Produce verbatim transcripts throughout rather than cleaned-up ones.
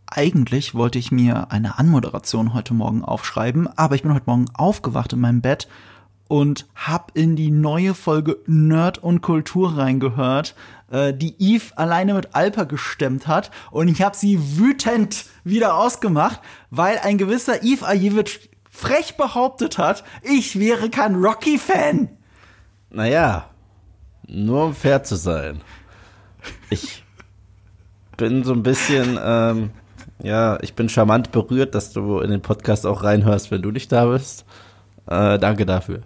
Eigentlich wollte ich mir eine Anmoderation heute Morgen aufschreiben, aber ich bin heute Morgen aufgewacht in meinem Bett und hab in die neue Folge Nerd und Kultur reingehört, äh, die Eve alleine mit Alper gestemmt hat. Und ich habe sie wütend wieder ausgemacht, weil ein gewisser Eve Ajivitsch frech behauptet hat, ich wäre kein Rocky-Fan. Naja, nur um fair zu sein. Ich bin so ein bisschen, ähm, ja, ich bin charmant berührt, dass du in den Podcast auch reinhörst, wenn du nicht da bist. Äh, danke dafür.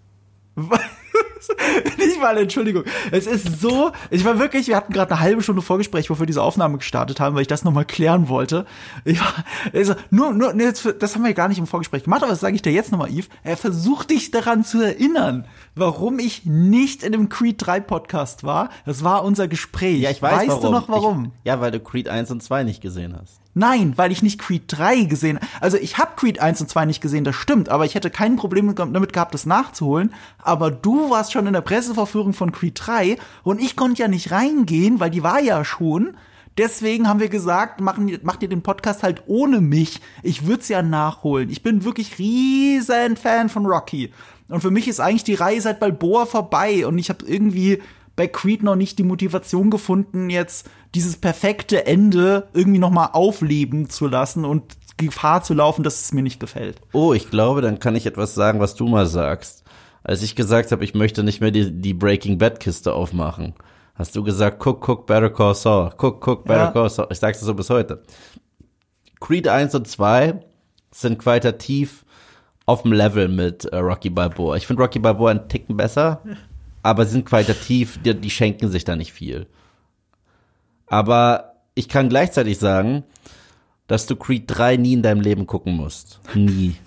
Nicht mal, Entschuldigung. Es ist so, ich war wirklich, wir hatten gerade eine halbe Stunde Vorgespräch, bevor wir diese Aufnahme gestartet haben, weil ich das nochmal klären wollte. Ich war, also, nur, nur, das haben wir gar nicht im Vorgespräch gemacht, aber das sage ich dir jetzt nochmal, Yves. Er versucht dich daran zu erinnern, warum ich nicht in dem Creed drei Podcast war. Das war unser Gespräch. Ja, ich weiß Weißt warum. du noch warum? Ich, ja, weil du Creed eins und zwei nicht gesehen hast. Nein, weil ich nicht Creed drei gesehen habe. Also ich habe Creed eins und zwei nicht gesehen, das stimmt, aber ich hätte kein Problem damit gehabt, das nachzuholen. Aber du warst schon in der Pressevorführung von Creed drei und ich konnte ja nicht reingehen, weil die war ja schon. Deswegen haben wir gesagt, machen, macht ihr den Podcast halt ohne mich. Ich würde es ja nachholen. Ich bin wirklich riesen Fan von Rocky. Und für mich ist eigentlich die Reihe seit Balboa vorbei und ich habe irgendwie bei Creed noch nicht die Motivation gefunden, jetzt dieses perfekte Ende irgendwie noch mal aufleben zu lassen und Gefahr zu laufen, dass es mir nicht gefällt. Oh, ich glaube, dann kann ich etwas sagen, was du mal sagst. Als ich gesagt habe, ich möchte nicht mehr die, die Breaking Bad Kiste aufmachen, hast du gesagt, guck, guck, Better Call Saul, guck, guck, Better ja. Call Saul. Ich sag's so bis heute. Creed eins und zwei sind qualitativ auf dem Level mit äh, Rocky Balboa. Ich finde Rocky Balboa einen Ticken besser. Aber sie sind qualitativ, die, die schenken sich da nicht viel. Aber ich kann gleichzeitig sagen, dass du Creed drei nie in deinem Leben gucken musst. Nie.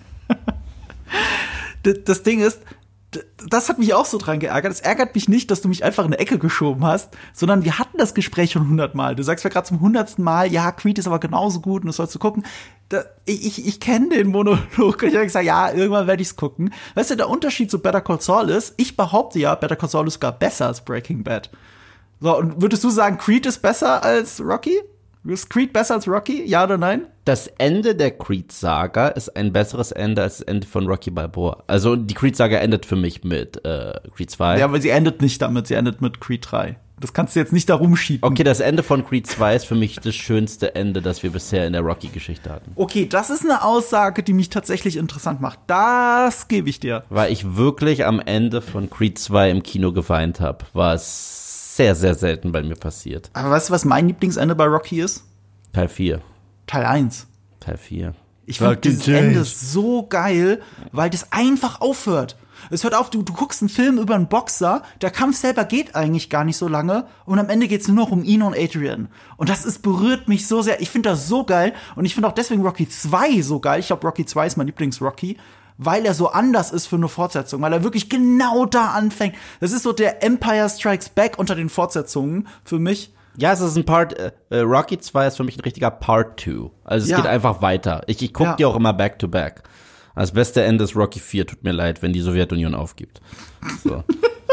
Das Ding ist, das hat mich auch so dran geärgert. Es ärgert mich nicht, dass du mich einfach in eine Ecke geschoben hast, sondern wir hatten das Gespräch schon hundertmal. Du sagst mir gerade zum hundertsten Mal, ja, Creed ist aber genauso gut und das sollst du gucken. Da, ich ich, ich kenne den Monolog. Ich habe gesagt, ja, irgendwann werde ich's gucken. Weißt du, der Unterschied zu Better Call Saul ist, ich behaupte ja, Better Call Saul ist sogar besser als Breaking Bad. So, und würdest du sagen, Creed ist besser als Rocky? Ist Creed besser als Rocky? Ja oder nein? Das Ende der Creed-Saga ist ein besseres Ende als das Ende von Rocky Balboa. Also die Creed-Saga endet für mich mit äh, Creed zwei. Ja, aber sie endet nicht damit, sie endet mit Creed drei. Das kannst du jetzt nicht da rumschieben. Okay, das Ende von Creed zwei ist für mich das schönste Ende, das wir bisher in der Rocky-Geschichte hatten. Okay, das ist eine Aussage, die mich tatsächlich interessant macht. Das gebe ich dir. Weil ich wirklich am Ende von Creed zwei im Kino geweint habe, war es sehr, sehr selten bei mir passiert. Aber weißt du, was mein Lieblingsende bei Rocky ist? Teil vier. Teil eins. Teil vier. Ich finde dieses Ende so geil, weil das einfach aufhört. Es hört auf, du, du guckst einen Film über einen Boxer, der Kampf selber geht eigentlich gar nicht so lange und am Ende geht's nur noch um ihn und Adrian. Und das ist, berührt mich so sehr. Ich finde das so geil und ich finde auch deswegen Rocky zwei so geil. Ich glaube, Rocky zwei ist mein Lieblings-Rocky, weil er so anders ist für eine Fortsetzung, weil er wirklich genau da anfängt. Das ist so der Empire Strikes Back unter den Fortsetzungen für mich. Ja, es ist ein Part, äh, Rocky zwei ist für mich ein richtiger Part zwei. Also es ja. geht einfach weiter. Ich, ich gucke ja. die auch immer back to back. Das beste Ende ist Rocky vier, tut mir leid, wenn die Sowjetunion aufgibt. So.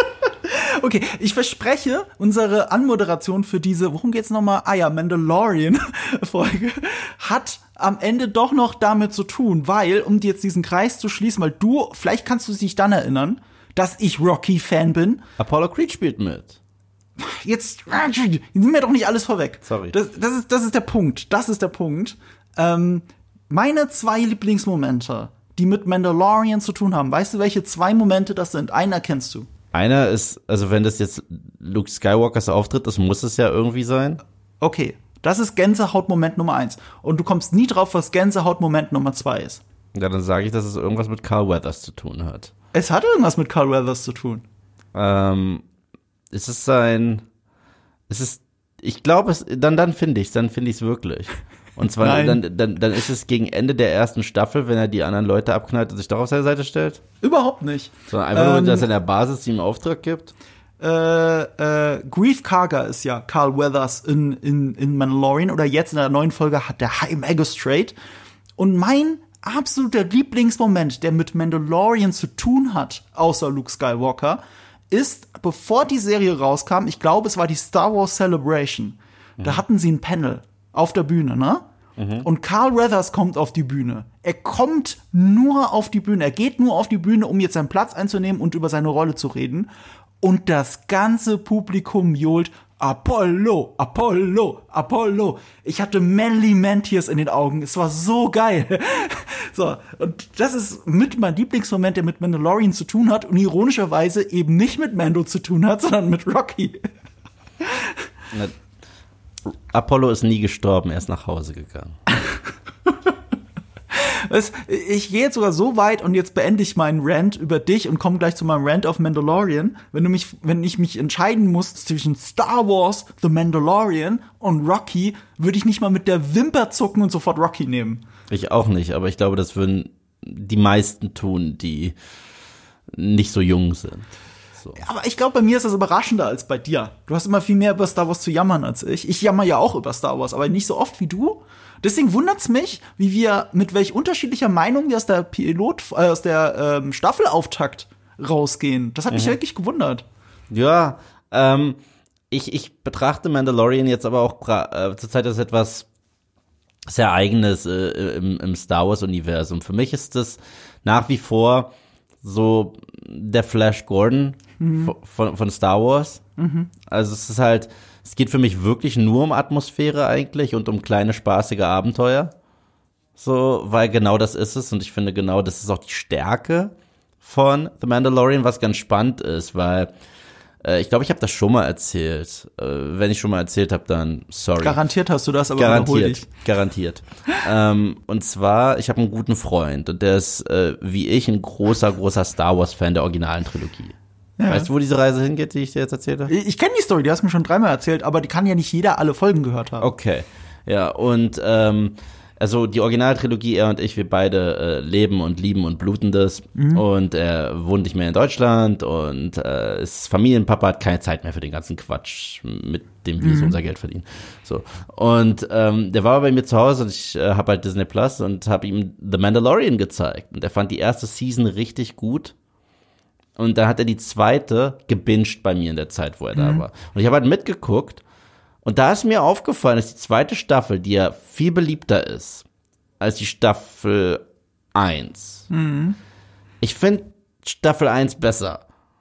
Okay, ich verspreche, unsere Anmoderation für diese, worum geht's nochmal? Ah ja, Mandalorian-Folge hat am Ende doch noch damit zu tun, weil, um jetzt diesen Kreis zu schließen, weil du, vielleicht kannst du dich dann erinnern, dass ich Rocky-Fan bin. Apollo Creed spielt mit. Jetzt, nimm mir doch nicht alles vorweg. Sorry. Das, das, ist, das ist der Punkt. Das ist der Punkt. Ähm, meine zwei Lieblingsmomente, die mit Mandalorian zu tun haben, weißt du, welche zwei Momente das sind? Einen erkennst du. Einer ist, also wenn das jetzt Luke Skywalkers Auftritt ist, muss es ja irgendwie sein. Okay, das ist Gänsehautmoment Nummer eins. Und du kommst nie drauf, was Gänsehautmoment Nummer zwei ist. Ja, dann sage ich, dass es irgendwas mit Carl Weathers zu tun hat. Es hat irgendwas mit Carl Weathers zu tun. Ähm, ist es sein, ist es, ich glaube es, dann, dann finde ich es, dann finde ich es wirklich. Und zwar, dann, dann, dann ist es gegen Ende der ersten Staffel, wenn er die anderen Leute abknallt und sich doch auf seine Seite stellt? Überhaupt nicht. Sondern einfach ähm, nur, dass er in der Basis ihm Auftrag gibt? Äh, äh, Greef Karga ist ja Carl Weathers in, in, in Mandalorian oder jetzt in der neuen Folge hat der High Magistrate. Und mein absoluter Lieblingsmoment, der mit Mandalorian zu tun hat, außer Luke Skywalker, ist, bevor die Serie rauskam, ich glaube, es war die Star Wars Celebration. Mhm. Da hatten sie ein Panel auf der Bühne, ne? Mhm. Und Carl Weathers kommt auf die Bühne. Er kommt nur auf die Bühne. Er geht nur auf die Bühne, um jetzt seinen Platz einzunehmen und über seine Rolle zu reden. Und das ganze Publikum johlt Apollo, Apollo, Apollo. Ich hatte Manly Man-Tears in den Augen. Es war so geil. So, und das ist mit mein Lieblingsmoment, der mit Mandalorian zu tun hat und ironischerweise eben nicht mit Mando zu tun hat, sondern mit Rocky. Apollo ist nie gestorben, er ist nach Hause gegangen. Es, ich gehe jetzt sogar so weit und jetzt beende ich meinen Rant über dich und komme gleich zu meinem Rant auf Mandalorian. Wenn du mich, wenn ich mich entscheiden muss zwischen Star Wars, The Mandalorian und Rocky, würde ich nicht mal mit der Wimper zucken und sofort Rocky nehmen. Ich auch nicht, aber ich glaube, das würden die meisten tun, die nicht so jung sind. So. Aber ich glaube, bei mir ist das überraschender als bei dir. Du hast immer viel mehr über Star Wars zu jammern als ich. Ich jammer ja auch über Star Wars, aber nicht so oft wie du. Deswegen wundert's mich, wie wir, mit welch unterschiedlicher Meinung wir aus der Pilot, äh, aus der ähm, Staffelauftakt rausgehen. Das hat mich mhm. wirklich gewundert. Ja, ähm, ich, ich betrachte Mandalorian jetzt aber auch äh, zurzeit als etwas sehr Eigenes äh, im, im Star Wars-Universum. Für mich ist das nach wie vor so der Flash Gordon mhm. von, von Star Wars. Mhm. Also es ist halt, es geht für mich wirklich nur um Atmosphäre eigentlich und um kleine spaßige Abenteuer. So, weil genau das ist es und ich finde genau, das ist auch die Stärke von The Mandalorian, was ganz spannend ist, weil äh, ich glaube, ich habe das schon mal erzählt. Äh, wenn ich schon mal erzählt habe, dann sorry. Garantiert hast du das, aber garantiert, garantiert. ähm, und zwar, ich habe einen guten Freund und der ist äh, wie ich ein großer, großer Star Wars Fan der originalen Trilogie. Ja. Weißt du, wo diese Reise hingeht, die ich dir jetzt erzählt habe? Ich kenne die Story, die hast du mir schon dreimal erzählt, aber die kann ja nicht jeder alle Folgen gehört haben. Okay, ja, und ähm, also die Originaltrilogie, er und ich, wir beide äh, leben und lieben und bluten das. Mhm. Und er wohnt nicht mehr in Deutschland und äh, ist Familienpapa, hat keine Zeit mehr für den ganzen Quatsch, mit dem wir mhm. so unser Geld verdienen. So. Und ähm, der war bei mir zu Hause und ich äh, habe halt Disney Plus und habe ihm The Mandalorian gezeigt. Und er fand die erste Season richtig gut. Und dann hat er die zweite gebinged bei mir in der Zeit, wo er mhm. da war. Und ich habe halt mitgeguckt. Und da ist mir aufgefallen, dass die zweite Staffel, die ja viel beliebter ist als die Staffel eins. Mhm. Ich finde Staffel eins besser,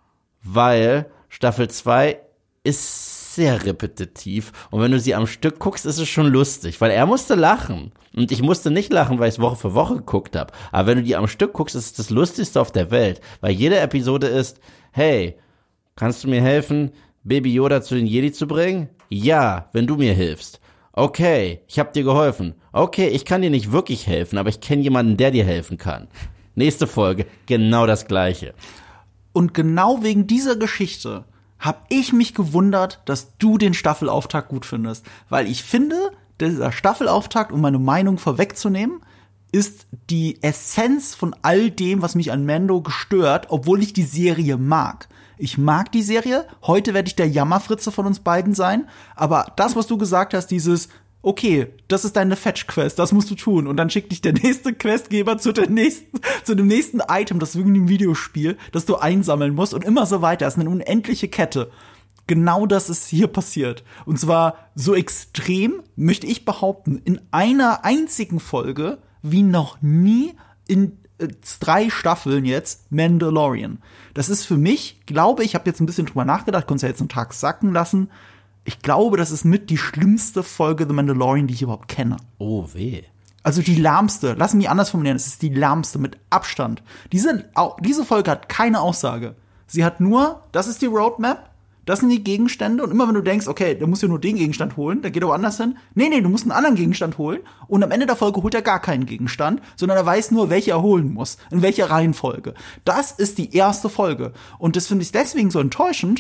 weil Staffel zwei ist sehr repetitiv. Und wenn du sie am Stück guckst, ist es schon lustig, weil er musste lachen. Und ich musste nicht lachen, weil ich es Woche für Woche geguckt habe. Aber wenn du die am Stück guckst, ist es das Lustigste auf der Welt. Weil jede Episode ist, hey, kannst du mir helfen, Baby Yoda zu den Jedi zu bringen? Ja, wenn du mir hilfst. Okay, ich hab dir geholfen. Okay, ich kann dir nicht wirklich helfen, aber ich kenne jemanden, der dir helfen kann. Nächste Folge, genau das Gleiche. Und genau wegen dieser Geschichte habe ich mich gewundert, dass du den Staffelauftakt gut findest. Weil ich finde, dieser Staffelauftakt, um meine Meinung vorwegzunehmen, ist die Essenz von all dem, was mich an Mando gestört, obwohl ich die Serie mag. Ich mag die Serie. Heute werde ich der Jammerfritze von uns beiden sein. Aber das, was du gesagt hast, dieses, okay, das ist deine Fetch-Quest, das musst du tun. Und dann schickt dich der nächste Questgeber zu, der nächsten, zu dem nächsten Item, das irgendwie im Videospiel, das du einsammeln musst und immer so weiter. Das ist eine unendliche Kette. Genau das ist hier passiert. Und zwar so extrem, möchte ich behaupten, in einer einzigen Folge wie noch nie in drei Staffeln jetzt Mandalorian. Das ist für mich, glaube ich, habe jetzt ein bisschen drüber nachgedacht, konnte es ja jetzt einen Tag sacken lassen. Ich glaube, das ist mit die schlimmste Folge The Mandalorian, die ich überhaupt kenne. Oh, weh. Also die lahmste. Lass mich anders formulieren. Es ist die lahmste mit Abstand. Diese, diese Folge hat keine Aussage. Sie hat nur, das ist die Roadmap, das sind die Gegenstände. Und immer wenn du denkst, okay, der muss ja nur den Gegenstand holen, der geht auch anders hin. Nee, nee, du musst einen anderen Gegenstand holen. Und am Ende der Folge holt er gar keinen Gegenstand, sondern er weiß nur, welche er holen muss. In welcher Reihenfolge. Das ist die erste Folge. Und das finde ich deswegen so enttäuschend,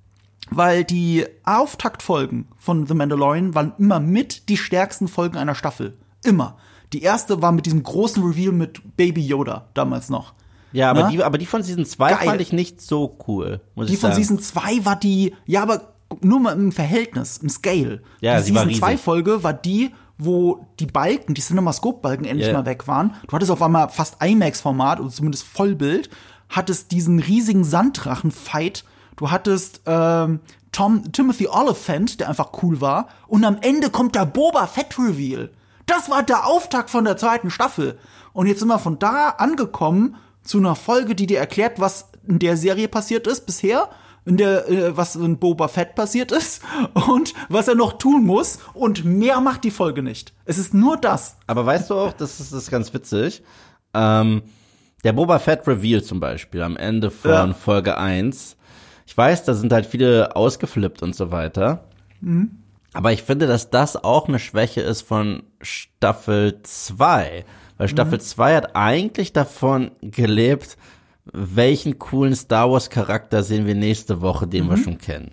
weil die Auftaktfolgen von The Mandalorian waren immer mit die stärksten Folgen einer Staffel. Immer. Die erste war mit diesem großen Reveal mit Baby Yoda damals noch. Ja, aber die, aber die von Season zwei fand ich nicht so cool, muss die ich sagen. Die von Season zwei war die, ja, aber nur mal im Verhältnis, im Scale. Ja, die sie war Season riesig. zwei Folge war die, wo die Balken, die CinemaScope-Balken endlich yeah. mal weg waren. Du hattest auf einmal fast IMAX-Format, oder zumindest Vollbild, hattest diesen riesigen Sanddrachen-Fight. Du hattest ähm, Tom, Timothy Olyphant, der einfach cool war. Und am Ende kommt der Boba Fett-Reveal. Das war der Auftakt von der zweiten Staffel. Und jetzt sind wir von da angekommen zu einer Folge, die dir erklärt, was in der Serie passiert ist bisher, in der äh, was in Boba Fett passiert ist und was er noch tun muss. Und mehr macht die Folge nicht. Es ist nur das. Aber weißt du auch, das ist, das ist ganz witzig, ähm, der Boba Fett Reveal zum Beispiel am Ende von ja. Folge eins, ich weiß, da sind halt viele ausgeflippt und so weiter. Mhm. Aber ich finde, dass das auch eine Schwäche ist von Staffel zwei. Weil Staffel zwei mhm. hat eigentlich davon gelebt, welchen coolen Star Wars Charakter sehen wir nächste Woche, den mhm. wir schon kennen.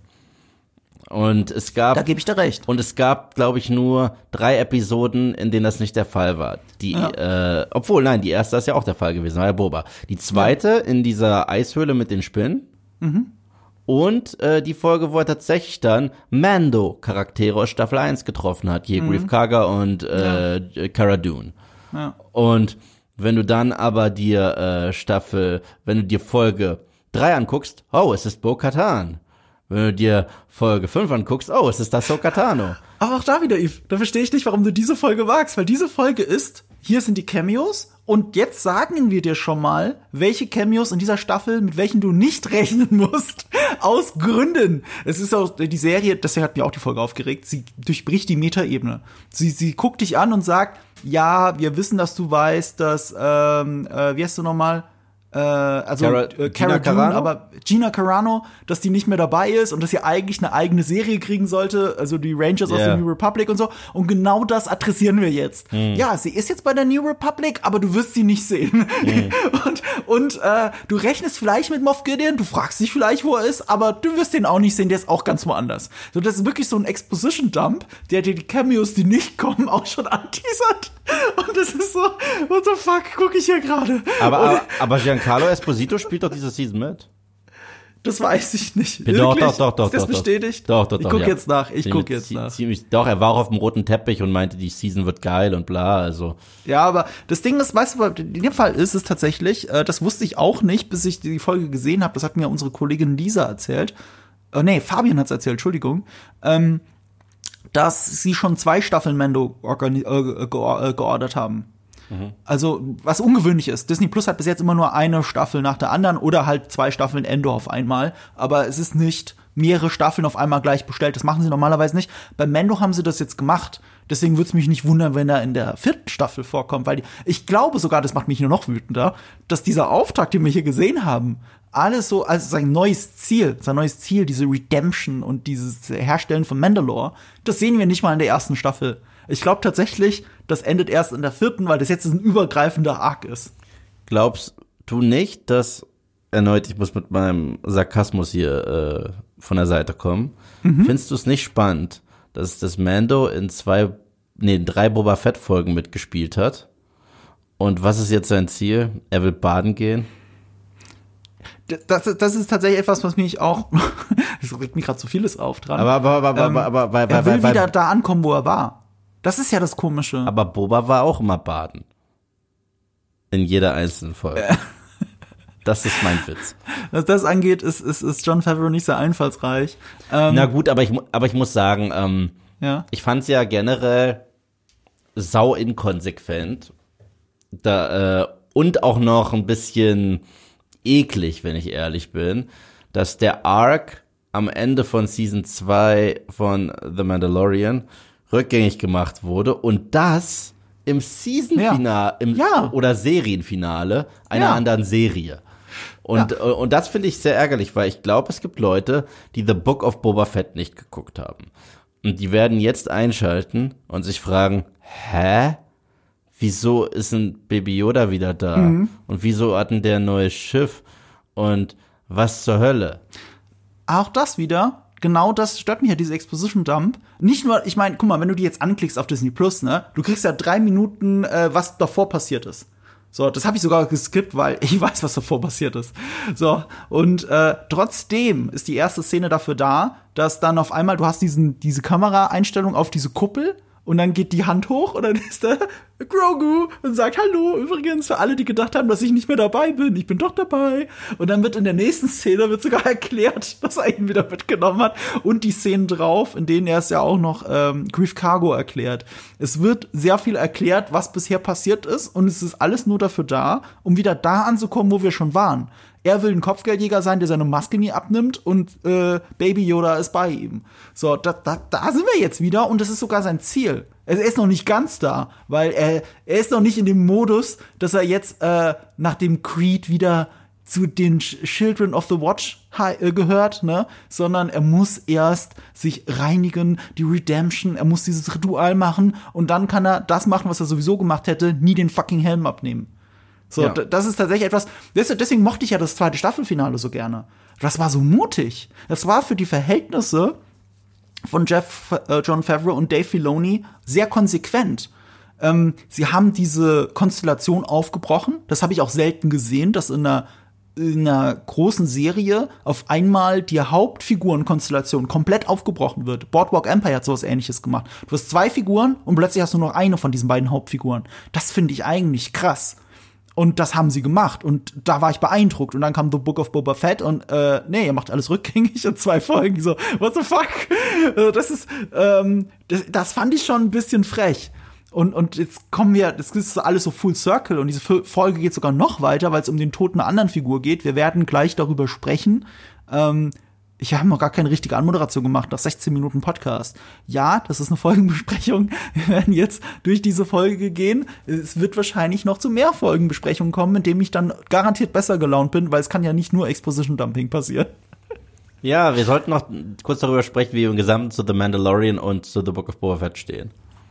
Und es gab. Da gebe ich dir recht. Und es gab, glaube ich, nur drei Episoden, in denen das nicht der Fall war. Die, ja. äh, obwohl, nein, die erste ist ja auch der Fall gewesen, war ja Boba. Die zweite ja. in dieser Eishöhle mit den Spinnen. Mhm. Und äh, die Folge, wo er tatsächlich dann Mando-Charaktere aus Staffel eins getroffen hat. Hier mhm. Greef Karga und äh, ja. Cara Dune. Ja. Und wenn du dann aber dir äh, Staffel, wenn du dir Folge drei anguckst, oh, es ist Bo-Katan. Wenn du dir Folge fünf anguckst, oh, es ist Ahsoka Tano. Aber auch da wieder, Yves, da verstehe ich nicht, warum du diese Folge magst. Weil diese Folge ist, hier sind die Cameos und jetzt sagen wir dir schon mal, welche Cameos in dieser Staffel, mit welchen du nicht rechnen musst. Aus Gründen. Es ist auch die Serie, deswegen hat mich auch die Folge aufgeregt, sie durchbricht die Metaebene. Sie, sie guckt dich an und sagt, ja, wir wissen, dass du weißt, dass, ähm, äh, wie heißt du nochmal? Äh, also Cara, äh, Cara Dune, aber Gina Carano, dass die nicht mehr dabei ist und dass sie eigentlich eine eigene Serie kriegen sollte, also die Rangers yeah. aus der New Republic und so. Und genau das adressieren wir jetzt. Mm. Ja, sie ist jetzt bei der New Republic, aber du wirst sie nicht sehen. Mm. und und äh, du rechnest vielleicht mit Moff Gideon, du fragst dich vielleicht, wo er ist, aber du wirst den auch nicht sehen, der ist auch ganz woanders. So, das ist wirklich so ein Exposition-Dump, der dir die Cameos, die nicht kommen, auch schon anteasert. Und das ist so, what the fuck, gucke ich hier gerade. Aber, aber, aber Giancarlo Esposito spielt doch diese Season mit. Das weiß ich nicht. Doch, doch, doch, doch. Ist das doch, bestätigt? Doch, doch, doch. Ich guck ja. jetzt nach, ich guck jetzt nach. Ziemlich, doch, er war auch auf dem roten Teppich und meinte, die Season wird geil und bla, also. Ja, aber das Ding ist, weißt du, in dem Fall ist es tatsächlich, äh, das wusste ich auch nicht, bis ich die Folge gesehen habe, das hat mir unsere Kollegin Lisa erzählt. Äh, nee, Fabian hat's erzählt, Entschuldigung. Ähm, dass sie schon zwei Staffeln Mando organi- äh, ge- geordert haben. Mhm. Also, was ungewöhnlich ist. Disney Plus hat bis jetzt immer nur eine Staffel nach der anderen oder halt zwei Staffeln Endor auf einmal. Aber es ist nicht mehrere Staffeln auf einmal gleich bestellt. Das machen sie normalerweise nicht. Bei Mando haben sie das jetzt gemacht. Deswegen würde es mich nicht wundern, wenn er in der vierten Staffel vorkommt. Weil die, ich glaube sogar, das macht mich nur noch wütender, dass dieser Auftakt, den wir hier gesehen haben, alles so als sein neues Ziel, sein neues Ziel, diese Redemption und dieses Herstellen von Mandalore, das sehen wir nicht mal in der ersten Staffel. Ich glaube tatsächlich, das endet erst in der vierten, weil das jetzt ein übergreifender Arc ist. Glaubst du nicht, dass, erneut, ich muss mit meinem Sarkasmus hier äh, von der Seite kommen, mhm. findest du es nicht spannend, dass das Mando in zwei, nee, in drei Boba Fett-Folgen mitgespielt hat? Und was ist jetzt sein Ziel? Er will baden gehen? Das, das ist tatsächlich etwas, was mich auch, es regt mich gerade so vieles auf dran. Aber, aber, aber, ähm, aber, aber, aber, er will aber, wieder da ankommen, wo er war. Das ist ja das Komische. Aber Boba war auch immer baden. In jeder einzelnen Folge. Äh. Das ist mein Witz. Was das angeht, ist, ist, ist Jon Favreau nicht sehr einfallsreich. Ähm, Na gut, aber ich, aber ich muss sagen, ähm, ja? ich fand's ja generell sau inkonsequent. Da, äh, und auch noch ein bisschen eklig, wenn ich ehrlich bin, dass der Arc am Ende von Season zwei von The Mandalorian rückgängig gemacht wurde und das im Season-Finale im, ja. oder Serienfinale einer ja. anderen Serie. Und, ja. und das finde ich sehr ärgerlich, weil ich glaube, es gibt Leute, die The Book of Boba Fett nicht geguckt haben. Und die werden jetzt einschalten und sich fragen, hä? Wieso ist ein Baby Yoda wieder da? Mhm. Und wieso hat denn der ein neues Schiff? Und was zur Hölle? Auch das wieder, genau das stört mich ja, diese Exposition-Dump. Nicht nur, ich meine, guck mal, wenn du die jetzt anklickst auf Disney Plus, ne, du kriegst ja drei Minuten, äh, was davor passiert ist. So, das habe ich sogar geskippt, weil ich weiß, was davor passiert ist. So, und äh, trotzdem ist die erste Szene dafür da, dass dann auf einmal, du hast diesen diese Kameraeinstellung auf diese Kuppel Und dann geht die Hand hoch und dann ist da Grogu und sagt, hallo, übrigens, für alle, die gedacht haben, dass ich nicht mehr dabei bin, ich bin doch dabei. Und dann wird in der nächsten Szene wird sogar erklärt, dass er ihn wieder mitgenommen hat. Und die Szenen drauf, in denen er es ja auch noch ähm, Greef Karga erklärt. Es wird sehr viel erklärt, was bisher passiert ist. Und es ist alles nur dafür da, um wieder da anzukommen, wo wir schon waren. Er will ein Kopfgeldjäger sein, der seine Maske nie abnimmt und äh, Baby Yoda ist bei ihm. So, da, da, da sind wir jetzt wieder und das ist sogar sein Ziel. Er ist noch nicht ganz da, weil er, er ist noch nicht in dem Modus, dass er jetzt äh, nachdem Creed wieder zu den Children of the Watch äh, gehört, ne, sondern er muss erst sich reinigen, die Redemption, er muss dieses Ritual machen und dann kann er das machen, was er sowieso gemacht hätte, nie den fucking Helm abnehmen. So, ja. Das ist tatsächlich etwas, deswegen mochte ich ja das zweite Staffelfinale so gerne. Das war so mutig. Das war für die Verhältnisse von Jeff, äh, Jon Favreau und Dave Filoni sehr konsequent. Ähm, sie haben diese Konstellation aufgebrochen. Das habe ich auch selten gesehen, dass in einer, in einer großen Serie auf einmal die Hauptfigurenkonstellation komplett aufgebrochen wird. Boardwalk Empire hat sowas Ähnliches gemacht. Du hast zwei Figuren und plötzlich hast du nur noch eine von diesen beiden Hauptfiguren. Das finde ich eigentlich krass. Und das haben sie gemacht. Und da war ich beeindruckt. Und dann kam The Book of Boba Fett und äh, nee, ihr macht alles rückgängig in zwei Folgen. So, what the fuck? Das ist, ähm, das, das fand ich schon ein bisschen frech. Und, und jetzt kommen wir, das ist alles so full circle. Und diese Folge geht sogar noch weiter, weil es um den Tod einer anderen Figur geht. Wir werden gleich darüber sprechen. Ähm, Ich habe noch gar keine richtige Anmoderation gemacht, nach sechzehn Minuten Podcast. Ja, das ist eine Folgenbesprechung. Wir werden jetzt durch diese Folge gehen. Es wird wahrscheinlich noch zu mehr Folgenbesprechungen kommen, in denen ich dann garantiert besser gelaunt bin, weil es kann ja nicht nur Exposition-Dumping passieren. Ja, wir sollten noch kurz darüber sprechen, wie wir im Gesamten zu The Mandalorian und zu The Book of Boba Fett stehen.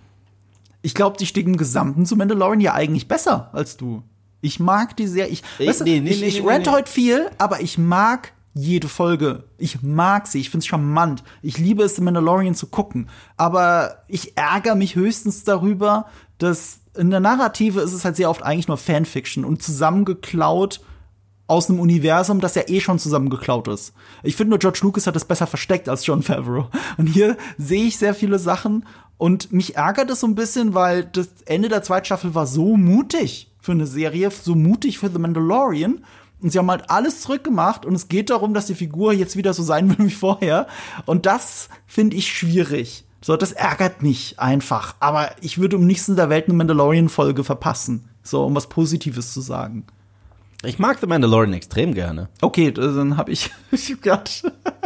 Ich glaube, die stehen im Gesamten zu Mandalorian ja eigentlich besser als du. Ich mag die sehr. Ich, ich, weißt du, nee, nee, ich, nee, ich nee, rante nee. heute viel, aber ich mag jede Folge. Ich mag sie, ich find's charmant. Ich liebe es, The Mandalorian zu gucken. Aber ich ärgere mich höchstens darüber, dass in der Narrative ist es halt sehr oft eigentlich nur Fanfiction und zusammengeklaut aus einem Universum, das ja eh schon zusammengeklaut ist. Ich finde nur, George Lucas hat es besser versteckt als Jon Favreau. Und hier sehe ich sehr viele Sachen und mich ärgert es so ein bisschen, weil das Ende der zweiten Staffel war so mutig für eine Serie, so mutig für The Mandalorian. Und sie haben halt alles zurückgemacht und es geht darum, dass die Figur jetzt wieder so sein will wie vorher. Und das finde ich schwierig. So, das ärgert mich einfach. Aber ich würde um nichts in der Welt eine Mandalorian-Folge verpassen. So, um was Positives zu sagen. Ich mag The Mandalorian extrem gerne. Okay, dann habe ich, ich grad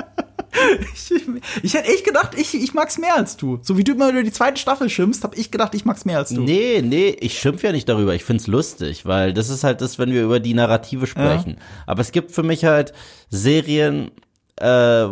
Ich, ich hätte echt gedacht, ich, ich mag's mehr als du. So wie du immer über die zweite Staffel schimpfst, habe ich gedacht, ich mag's mehr als du. Nee, nee, ich schimpf ja nicht darüber. Ich find's lustig, weil das ist halt das, wenn wir über die Narrative sprechen. Ja. Aber es gibt für mich halt Serien, äh,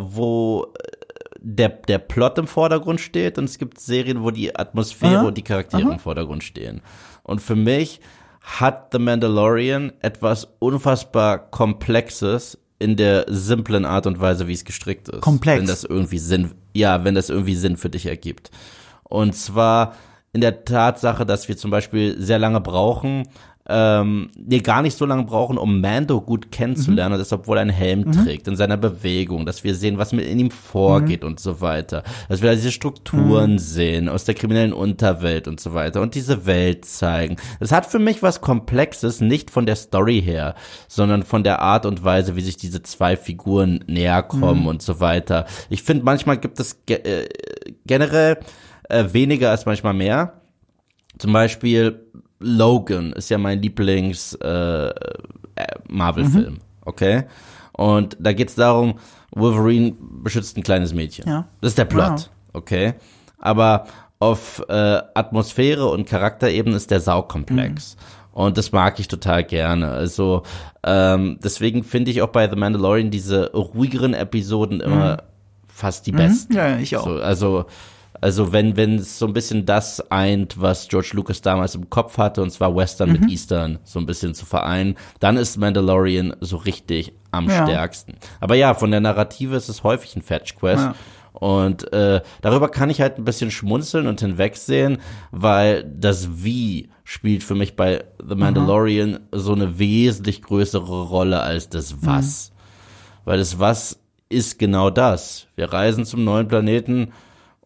wo der, der Plot im Vordergrund steht und es gibt Serien, wo die Atmosphäre Aha. und die Charaktere Aha. im Vordergrund stehen. Und für mich hat The Mandalorian etwas unfassbar Komplexes in der simplen Art und Weise, wie es gestrickt ist. Komplex. Wenn das irgendwie Sinn, ja, wenn das irgendwie Sinn für dich ergibt. Und zwar in der Tatsache, dass wir zum Beispiel sehr lange brauchen, ähm, nee, gar nicht so lange brauchen, um Mando gut kennenzulernen, mhm. und das, obwohl er einen Helm mhm. trägt, in seiner Bewegung, dass wir sehen, was mit in ihm vorgeht mhm. und so weiter. Dass wir diese Strukturen mhm. sehen aus der kriminellen Unterwelt und so weiter und diese Welt zeigen. Das hat für mich was Komplexes, nicht von der Story her, sondern von der Art und Weise, wie sich diese zwei Figuren näher kommen mhm. und so weiter. Ich finde, manchmal gibt es ge- äh, generell äh, weniger als manchmal mehr. Zum Beispiel Logan ist ja mein Lieblings äh, Marvel-Film, mhm. okay? Und da geht's darum, Wolverine beschützt ein kleines Mädchen. Ja. Das ist der Plot, wow. okay? Aber auf äh, Atmosphäre und Charakterebene ist der saukomplex. Mhm. Und das mag ich total gerne. Also ähm, deswegen finde ich auch bei The Mandalorian diese ruhigeren Episoden immer mhm. fast die mhm. besten. Ja, ich auch. So, also Also wenn wenn es so ein bisschen das eint, was George Lucas damals im Kopf hatte, und zwar Western mhm. mit Eastern so ein bisschen zu vereinen, dann ist Mandalorian so richtig am ja. stärksten. Aber ja, von der Narrative ist es häufig ein Fetch-Quest. Ja. Und äh, darüber kann ich halt ein bisschen schmunzeln und hinwegsehen, weil das Wie spielt für mich bei The Mandalorian mhm. so eine wesentlich größere Rolle als das Was. Mhm. Weil das Was ist genau das. Wir reisen zum neuen Planeten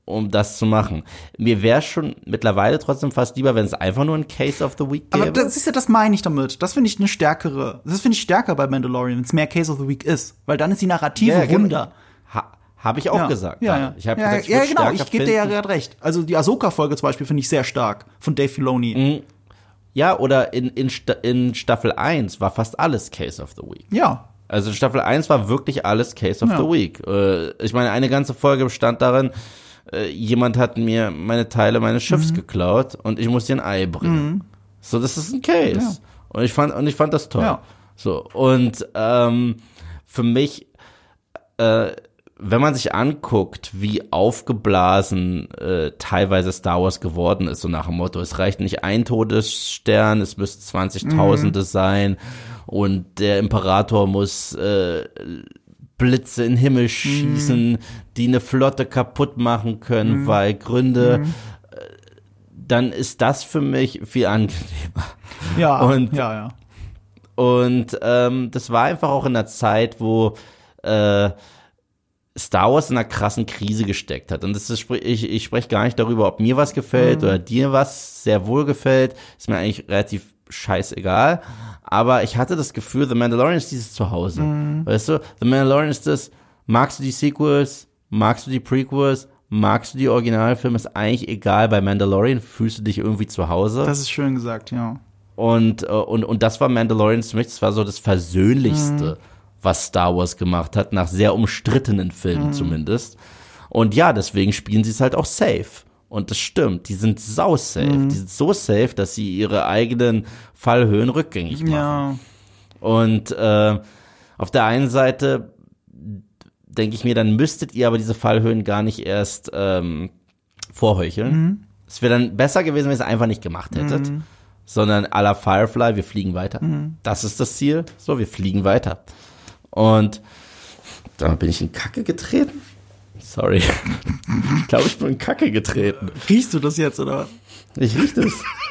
um das zu machen. Mir wäre schon mittlerweile trotzdem fast lieber, wenn es einfach nur ein Case of the Week gäbe. Aber das ist ja, das meine ich damit. Das finde ich eine stärkere, das finde ich stärker bei Mandalorian, wenn es mehr Case of the Week ist. Weil dann ist die Narrative Ja, genau. runder. Ha, habe ich auch Ja, gesagt. ja, ja. Ich habe ja, gesagt, ich ja, würd genau, stärker ich gebe dir ja finden. gerade recht. Also die Ahsoka-Folge zum Beispiel finde ich sehr stark von Dave Filoni. Ja, oder in, in, Sta- in Staffel eins war fast alles Case of the Week. Ja. Also in Staffel eins war wirklich alles Case of Ja. the Week. Äh, ich meine, eine ganze Folge bestand darin, äh, jemand hat mir meine Teile meines Schiffs Mhm. geklaut und ich muss dir ein Ei bringen. Mhm. So, das ist ein Case. Ja. Und ich fand, und ich fand das toll. Ja. So, und ähm, für mich, äh, wenn man sich anguckt, wie aufgeblasen äh, teilweise Star Wars geworden ist, so nach dem Motto, es reicht nicht ein Todesstern, es müssten zwanzigtausende mhm. sein und der Imperator muss äh, Blitze in den Himmel schießen, mhm. die eine Flotte kaputt machen können, mhm. weil Gründe, mhm. äh, dann ist das für mich viel angenehmer. Ja, und, ja, ja. Und ähm, das war einfach auch in einer Zeit, wo äh, Star Wars in einer krassen Krise gesteckt hat. Und das ist, ich, ich spreche gar nicht darüber, ob mir was gefällt mhm. oder dir was sehr wohl gefällt. Ist mir eigentlich relativ scheißegal. Aber ich hatte das Gefühl, The Mandalorian ist dieses Zuhause. Mhm. Weißt du, The Mandalorian ist das, magst du die Sequels, magst du die Prequels, magst du die Originalfilme, ist eigentlich egal. Bei Mandalorian fühlst du dich irgendwie zu Hause. Das ist schön gesagt, ja. Und, und, und das war Mandalorian für mich, das war so das Versöhnlichste, mhm. was Star Wars gemacht hat, nach sehr umstrittenen Filmen mhm. zumindest. Und ja, deswegen spielen sie es halt auch safe. Und das stimmt, die sind sau safe. Mhm. Die sind so safe, dass sie ihre eigenen Fallhöhen rückgängig machen. Ja. Und äh, auf der einen Seite denke ich mir, dann müsstet ihr aber diese Fallhöhen gar nicht erst ähm, vorheucheln. Mhm. Es wäre dann besser gewesen, wenn ihr es einfach nicht gemacht hättet. Mhm. Sondern à la Firefly, wir fliegen weiter. Mhm. Das ist das Ziel. So, wir fliegen weiter. Und da bin ich in Kacke getreten. Sorry. Ich glaube, ich bin in Kacke getreten. Riechst du das jetzt, oder was? Ich riech das.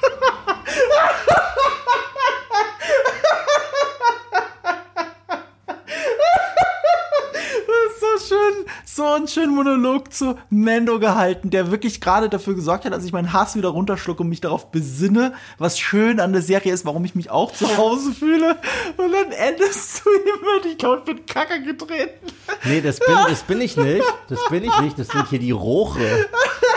Schön, so einen schönen Monolog zu Mando gehalten, der wirklich gerade dafür gesorgt hat, dass ich meinen Hass wieder runterschlucke und mich darauf besinne, was schön an der Serie ist, warum ich mich auch zu Hause fühle. Und dann endest du immer, ich glaube, ich bin Kacke getreten. Nee, das bin, das bin ich nicht. Das bin ich nicht. Das sind hier die Rohre.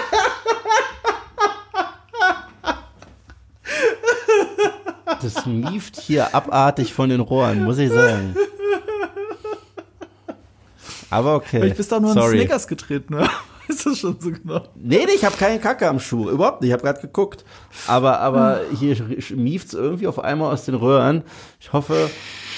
Das mieft hier abartig von den Rohren, muss ich sagen. Aber okay. Ich bist doch nur Sorry. in Snickers getreten, ne? Ist das schon so genau? Nee, nee, ich habe keine Kacke am Schuh. Überhaupt nicht. Ich habe gerade geguckt. Aber, aber hier mieft's irgendwie auf einmal aus den Röhren. Ich hoffe,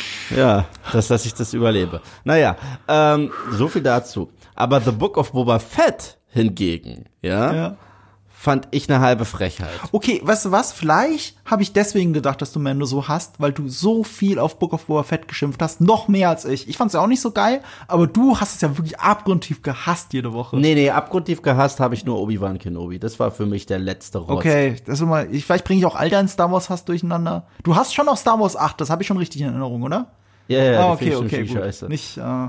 ja, dass, dass ich das überlebe. Naja, ähm, so viel dazu. Aber The Book of Boba Fett hingegen, ja, Ja. fand ich eine halbe Frechheit. Okay, weißt du was? Vielleicht habe ich deswegen gedacht, dass du Mando so hasst, weil du so viel auf Book of Boba Fett geschimpft hast. Noch mehr als ich. Ich fand's ja auch nicht so geil, aber du hast es ja wirklich abgrundtief gehasst jede Woche. Nee, nee, abgrundtief gehasst habe ich nur Obi-Wan Kenobi. Das war für mich der letzte Rotz. Okay, das ist mal, ich, vielleicht bringe ich auch all deinen Star Wars Hass durcheinander. Du hast schon noch Star Wars acht, das habe ich schon richtig in Erinnerung, oder? Ja, ja, ah, die find okay, ich okay, schon gut. scheiße. Nicht, äh,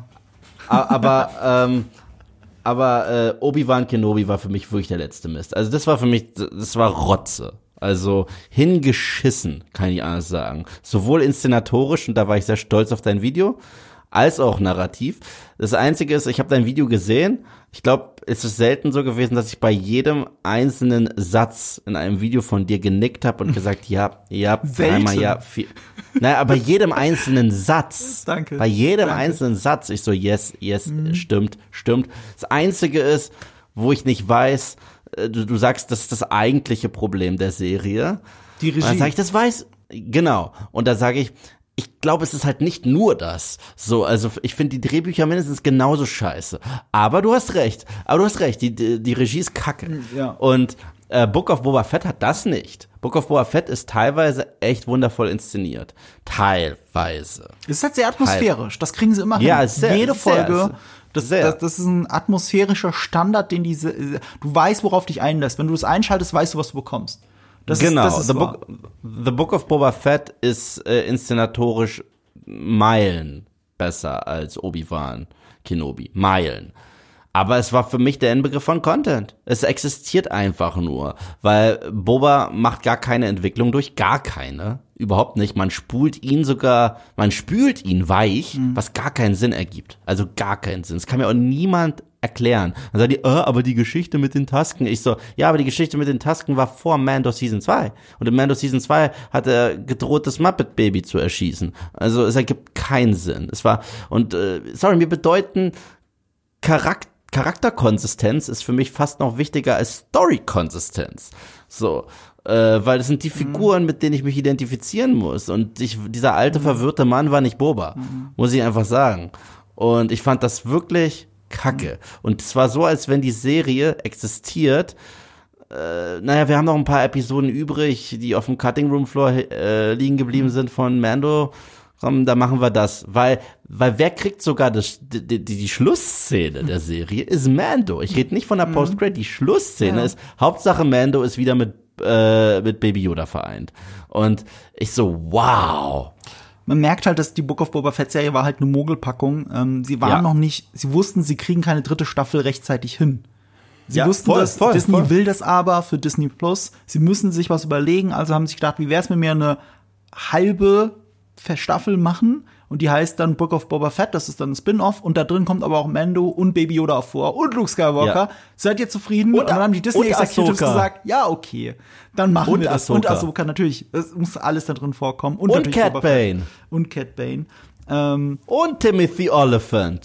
Aber, ähm, aber äh, Obi-Wan Kenobi war für mich wirklich der letzte Mist. Also das war für mich, das war Rotze. Also hingeschissen, kann ich anders sagen. Sowohl inszenatorisch, und da war ich sehr stolz auf dein Video, als auch narrativ. Das Einzige ist, ich habe dein Video gesehen. Ich glaube, es ist selten so gewesen, dass ich bei jedem einzelnen Satz in einem Video von dir genickt habe und gesagt, ja, ja, dreimal, ja, vier. Naja, bei jedem einzelnen Satz. Danke. Bei jedem Danke. einzelnen Satz. Ich so, yes, yes, mhm. stimmt, stimmt. Das Einzige ist, wo ich nicht weiß, du, du sagst, das ist das eigentliche Problem der Serie. Die Regie. Und dann sage ich, das weiß, genau. Und da sage ich, ich glaube, es ist halt nicht nur das. So, also ich finde die Drehbücher mindestens genauso scheiße. Aber du hast recht. Aber du hast recht, die, die, die Regie ist kacke. Ja. Und äh, Book of Boba Fett hat das nicht. Book of Boba Fett ist teilweise echt wundervoll inszeniert. Teilweise. Es ist halt sehr atmosphärisch, das kriegen sie immer hin. Ja, sehr, Jede sehr, Folge, das, sehr. Das, das ist ein atmosphärischer Standard, den diese, du weißt, worauf dich einlässt. Wenn du es einschaltest, weißt du, was du bekommst. Das genau, ist, das ist The, Book, The Book of Boba Fett ist äh, inszenatorisch Meilen besser als Obi-Wan Kenobi. Meilen. Aber es war für mich der Inbegriff von Content. Es existiert einfach nur, weil Boba macht gar keine Entwicklung durch, gar keine. Überhaupt nicht. Man spult ihn sogar, man spült ihn weich, mhm. was gar keinen Sinn ergibt. Also gar keinen Sinn. Das kann mir auch niemand erklären. Dann sagt die, oh, aber die Geschichte mit den Tasken. Ich so, ja, aber die Geschichte mit den Tasken war vor Mando Season zwei. Und in Mando Season zwei hat er gedroht, das Muppet Baby zu erschießen. Also es ergibt keinen Sinn. Es war, und, äh, sorry, mir bedeuten Charakter Charakterkonsistenz ist für mich fast noch wichtiger als Story-Konsistenz. So, äh, weil das sind die Figuren, mhm. mit denen ich mich identifizieren muss. Und ich, dieser alte, verwirrte Mann war nicht Boba, mhm. muss ich einfach sagen. Und ich fand das wirklich kacke. Mhm. Und es war so, als wenn die Serie existiert. Äh, naja, wir haben noch ein paar Episoden übrig, die auf dem Cutting Room Floor äh, liegen geblieben sind von Mando. Komm, da machen wir das, weil weil wer kriegt sogar das, die, die, die Schlussszene der Serie ist Mando. Ich rede nicht von der Post-Credit, die Schlussszene ja. ist Hauptsache Mando ist wieder mit äh, mit Baby Yoda vereint und ich so wow. Man merkt halt, dass die Book of Boba Fett Serie war halt eine Mogelpackung. Ähm, sie waren ja. noch nicht, sie wussten, sie kriegen keine dritte Staffel rechtzeitig hin. Sie ja, wussten voll, das, voll, Disney voll. will das aber für Disney Plus. Sie müssen sich was überlegen, also haben sich gedacht, wie wär's mit mir eine halbe Staffel machen und die heißt dann Book of Boba Fett, das ist dann ein Spin-off und da drin kommt aber auch Mando und Baby Yoda vor und Luke Skywalker. Ja. Seid ihr zufrieden? Und, und dann haben die Disney Executives gesagt, ja, okay, dann machen und wir das. Ahsoka. Und Ahsoka, natürlich, es muss alles da drin vorkommen. Und, und Cat Bane. Und Cat Bane. Ähm, und Timothy Olyphant.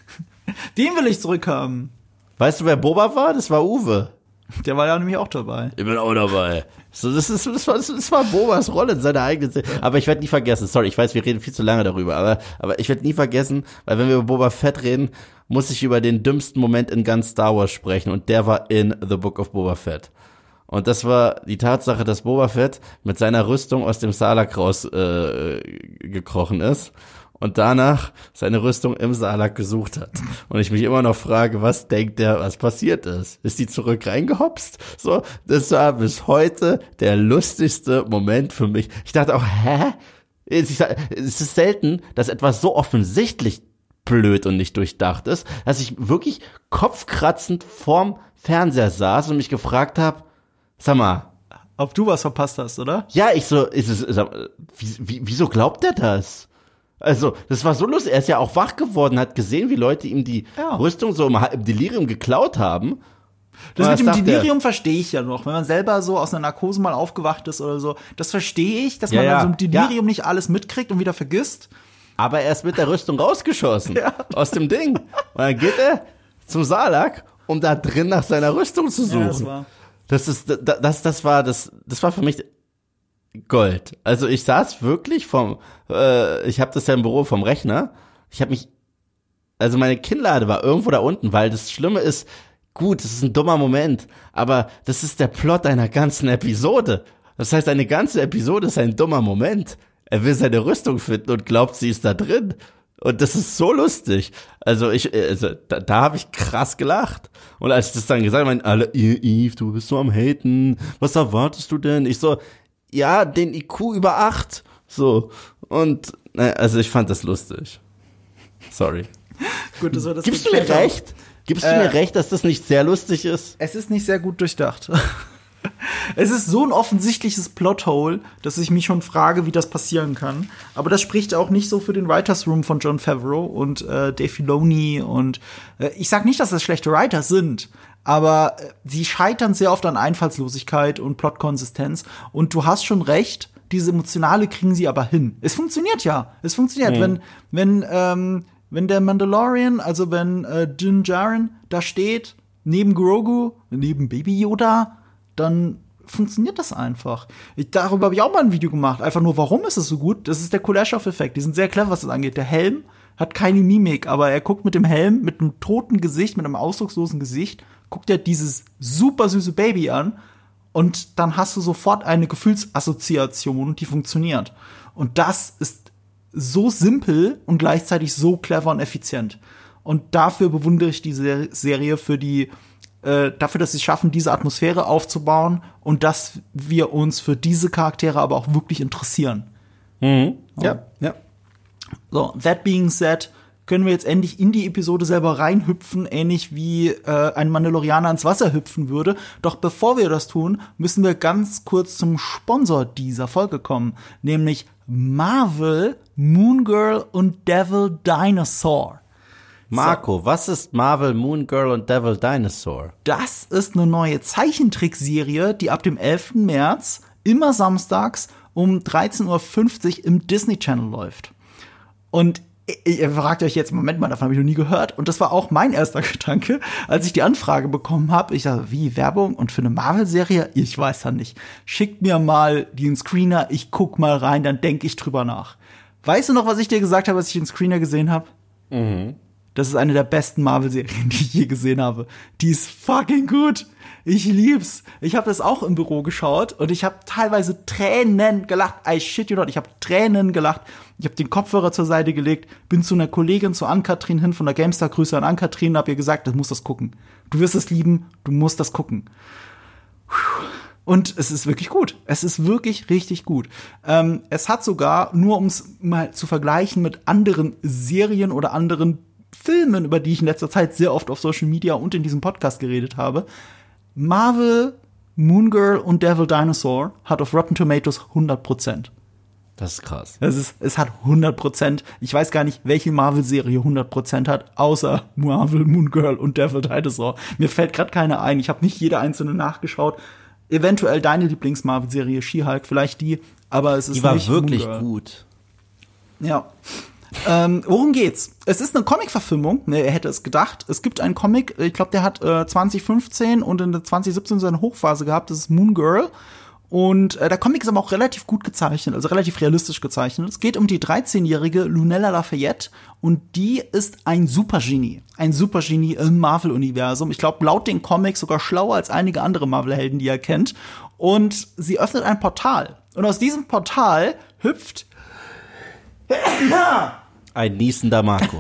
Den will ich zurückhaben. Weißt du, wer Boba war? Das war Uwe. Der war ja nämlich auch dabei. Ich bin auch dabei. So, das ist, das war, das war Bobas Rolle in seiner eigenen Serie. Aber ich werde nie vergessen, sorry, ich weiß, wir reden viel zu lange darüber, aber, aber ich werde nie vergessen, weil wenn wir über Boba Fett reden, muss ich über den dümmsten Moment in ganz Star Wars sprechen und der war in The Book of Boba Fett. Und das war die Tatsache, dass Boba Fett mit seiner Rüstung aus dem Sarlacc raus äh, gekrochen ist. Und danach seine Rüstung im Sarlacc gesucht hat. Und ich mich immer noch frage, was denkt der, was passiert ist? Ist die zurück reingehopst? So, das war bis heute der lustigste Moment für mich. Ich dachte auch, hä? Es ist selten, dass etwas so offensichtlich blöd und nicht durchdacht ist, dass ich wirklich kopfkratzend vorm Fernseher saß und mich gefragt habe, sag mal, ob du was verpasst hast, oder? Ja, ich so, ist es, ist, wie, wieso glaubt der das? Also, das war so lustig. Er ist ja auch wach geworden, hat gesehen, wie Leute ihm die ja. Rüstung so im, im Delirium geklaut haben. Das mit dem Delirium verstehe ich ja noch. Wenn man selber so aus einer Narkose mal aufgewacht ist oder so, das verstehe ich, dass man ja, ja. dann so im Delirium ja. nicht alles mitkriegt und wieder vergisst. Aber er ist mit der Rüstung rausgeschossen. ja. Aus dem Ding. Und dann geht er zum Sarlacc, um da drin nach seiner Rüstung zu suchen. Ja, das war. Das ist, das, das, das war, das, das war für mich Gold. Also ich saß wirklich vom, äh, ich habe das ja im Büro vom Rechner. Ich habe mich, also meine Kinnlade war irgendwo da unten, weil das Schlimme ist, gut, das ist ein dummer Moment, aber das ist der Plot einer ganzen Episode. Das heißt, eine ganze Episode ist ein dummer Moment. Er will seine Rüstung finden und glaubt, sie ist da drin. Und das ist so lustig. Also ich, also da, da habe ich krass gelacht. Und als ich das dann gesagt habe, meinen alle, Eve, du bist so am Haten. Was erwartest du denn? Ich so, ja, den I Q über acht. So. Und, also ich fand das lustig. Sorry. Gut, das war das Gibst du mir recht? Gibst du äh, mir recht, dass das nicht sehr lustig ist? Es ist nicht sehr gut durchdacht. Es ist so ein offensichtliches Plothole, dass ich mich schon frage, wie das passieren kann. Aber das spricht auch nicht so für den Writers Room von Jon Favreau und äh, Dave Filoni. Und äh, ich sag nicht, dass das schlechte Writers sind, aber äh, sie scheitern sehr oft an Einfallslosigkeit und Plotkonsistenz. Und du hast schon recht, diese Emotionale kriegen sie aber hin. Es funktioniert ja. Es funktioniert, mhm. wenn wenn ähm, wenn der Mandalorian, also wenn äh, Din Djarin da steht, neben Grogu, neben Baby Yoda, dann funktioniert das einfach. Ich, darüber habe ich auch mal ein Video gemacht. Einfach nur, warum ist es so gut? Das ist der Kuleshov-Effekt. Die sind sehr clever, was das angeht. Der Helm hat keine Mimik, aber er guckt mit dem Helm, mit einem toten Gesicht, mit einem ausdruckslosen Gesicht, guckt er dieses super süße Baby an und dann hast du sofort eine Gefühlsassoziation, die funktioniert. Und das ist so simpel und gleichzeitig so clever und effizient. Und dafür bewundere ich diese Serie für die Äh, dafür, dass sie es schaffen, diese Atmosphäre aufzubauen und dass wir uns für diese Charaktere aber auch wirklich interessieren. Mhm. Ja, ja. So, that being said, können wir jetzt endlich in die Episode selber reinhüpfen, ähnlich wie äh, ein Mandalorianer ins Wasser hüpfen würde. Doch bevor wir das tun, müssen wir ganz kurz zum Sponsor dieser Folge kommen, nämlich Marvel, Moon Girl und Devil Dinosaur. Marco, so. Was ist Marvel, Moon Girl und Devil Dinosaur? Das ist eine neue Zeichentrickserie, die ab dem elften März immer samstags um dreizehn Uhr fünfzig im Disney Channel läuft. Und ihr fragt euch jetzt, Moment mal, davon habe ich noch nie gehört. Und das war auch mein erster Gedanke, als ich die Anfrage bekommen habe. Ich dachte, wie, Werbung und für eine Marvel-Serie? Ich weiß ja nicht. Schickt mir mal den Screener, ich guck mal rein, dann denke ich drüber nach. Weißt du noch, was ich dir gesagt habe, als ich den Screener gesehen habe? Mhm. Das ist eine der besten Marvel-Serien, die ich je gesehen habe. Die ist fucking gut. Ich lieb's. Ich habe das auch im Büro geschaut und ich habe teilweise Tränen gelacht. I shit you not. Ich habe Tränen gelacht. Ich habe den Kopfhörer zur Seite gelegt, bin zu einer Kollegin, zu Ann-Kathrin hin, von der GameStar, Grüße an Ann-Kathrin, und hab ihr gesagt, du musst das gucken. Du wirst es lieben, du musst das gucken. Und es ist wirklich gut. Es ist wirklich richtig gut. Ähm, es hat sogar, nur um es mal zu vergleichen mit anderen Serien oder anderen Filmen, über die ich in letzter Zeit sehr oft auf Social Media und in diesem Podcast geredet habe, Marvel, Moon Girl und Devil Dinosaur hat auf Rotten Tomatoes hundert Prozent. Das ist krass. Es, ist, es hat hundert Prozent. Ich weiß gar nicht, welche Marvel-Serie hundert Prozent hat, außer Marvel, Moon Girl und Devil Dinosaur. Mir fällt gerade keine ein. Ich habe nicht jede einzelne nachgeschaut. Eventuell deine Lieblings-Marvel-Serie, She-Hulk, vielleicht die, aber es ist die war nicht wirklich Moon Girl. Gut. Ja. Ähm, worum geht's? Es ist eine Comic-Verfilmung. Ne, er hätte es gedacht. Es gibt einen Comic, ich glaube, der hat äh, zwanzig fünfzehn und in der zwanzig siebzehn seine Hochphase gehabt. Das ist Moon Girl. Und äh, der Comic ist aber auch relativ gut gezeichnet, also relativ realistisch gezeichnet. Es geht um die dreizehnjährige Lunella Lafayette und die ist ein Supergenie. Ein Supergenie im Marvel-Universum. Ich glaube, laut den Comics sogar schlauer als einige andere Marvel-Helden, die ihr kennt. Und sie öffnet ein Portal. Und aus diesem Portal hüpft ein niesender Marco.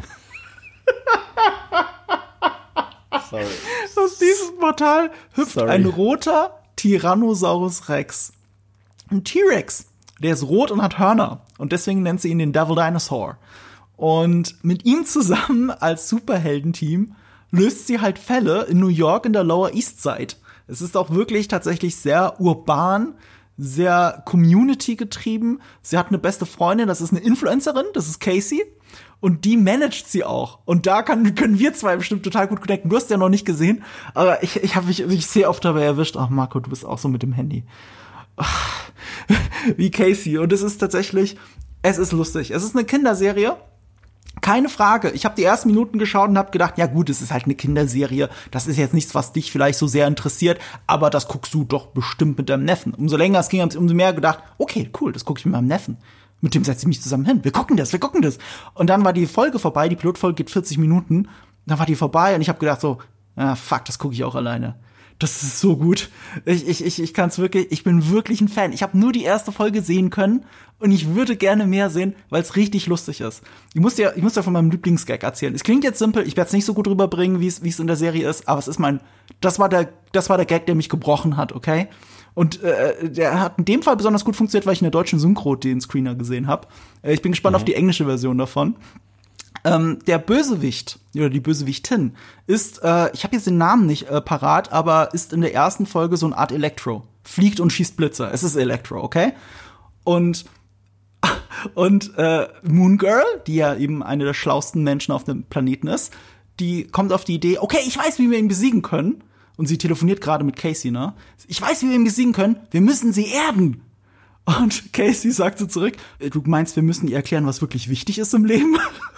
Sorry. Aus diesem Portal hüpft Sorry. ein roter Tyrannosaurus Rex. Ein T-Rex. Der ist rot und hat Hörner. Und deswegen nennt sie ihn den Devil Dinosaur. Und mit ihm zusammen als Superheldenteam löst sie halt Fälle in New York in der Lower East Side. Es ist auch wirklich tatsächlich sehr urban, sehr Community-getrieben. Sie hat eine beste Freundin, das ist eine Influencerin, das ist Casey. Und die managt sie auch. Und da kann, können wir zwei bestimmt total gut connecten. Du hast ja noch nicht gesehen, aber ich, ich habe mich ich sehr oft dabei erwischt. Ach, Marco, du bist auch so mit dem Handy. Ach, wie Casey. Und es ist tatsächlich, es ist lustig. Es ist eine Kinderserie. Keine Frage. Ich habe die ersten Minuten geschaut und habe gedacht, ja gut, es ist halt eine Kinderserie. Das ist jetzt nichts, was dich vielleicht so sehr interessiert, aber das guckst du doch bestimmt mit deinem Neffen. Umso länger es ging, habe ich umso mehr gedacht, okay, cool, das gucke ich mit meinem Neffen. Mit dem setze ich mich zusammen hin. Wir gucken das, wir gucken das. Und dann war die Folge vorbei, die Pilotfolge geht vierzig Minuten. Dann war die vorbei und ich habe gedacht so, ah, fuck, das gucke ich auch alleine. Das ist so gut. Ich, ich, ich, ich kann es wirklich, ich bin wirklich ein Fan. Ich habe nur die erste Folge sehen können und ich würde gerne mehr sehen, weil es richtig lustig ist. Ich muss dir, ich muss dir von meinem Lieblingsgag erzählen. Es klingt jetzt simpel, ich werde es nicht so gut rüberbringen, wie es wie es in der Serie ist, aber es ist mein, das war der, das war der Gag, der mich gebrochen hat, okay? Und äh, der hat in dem Fall besonders gut funktioniert, weil ich in der deutschen Synchro den Screener gesehen habe. Äh, ich bin gespannt mhm. auf die englische Version davon. Ähm, der Bösewicht oder die Bösewichtin ist, äh, ich habe jetzt den Namen nicht äh, parat, aber ist in der ersten Folge so eine Art Elektro. Fliegt und schießt Blitze. Es ist Elektro, okay? Und und äh, Moon Girl, die ja eben eine der schlauesten Menschen auf dem Planeten ist, die kommt auf die Idee, okay, ich weiß, wie wir ihn besiegen können. Und sie telefoniert gerade mit Casey, ne? Ich weiß, wie wir ihn besiegen können. Wir müssen sie erden. Und Casey sagt so zurück, du meinst, wir müssen ihr erklären, was wirklich wichtig ist im Leben?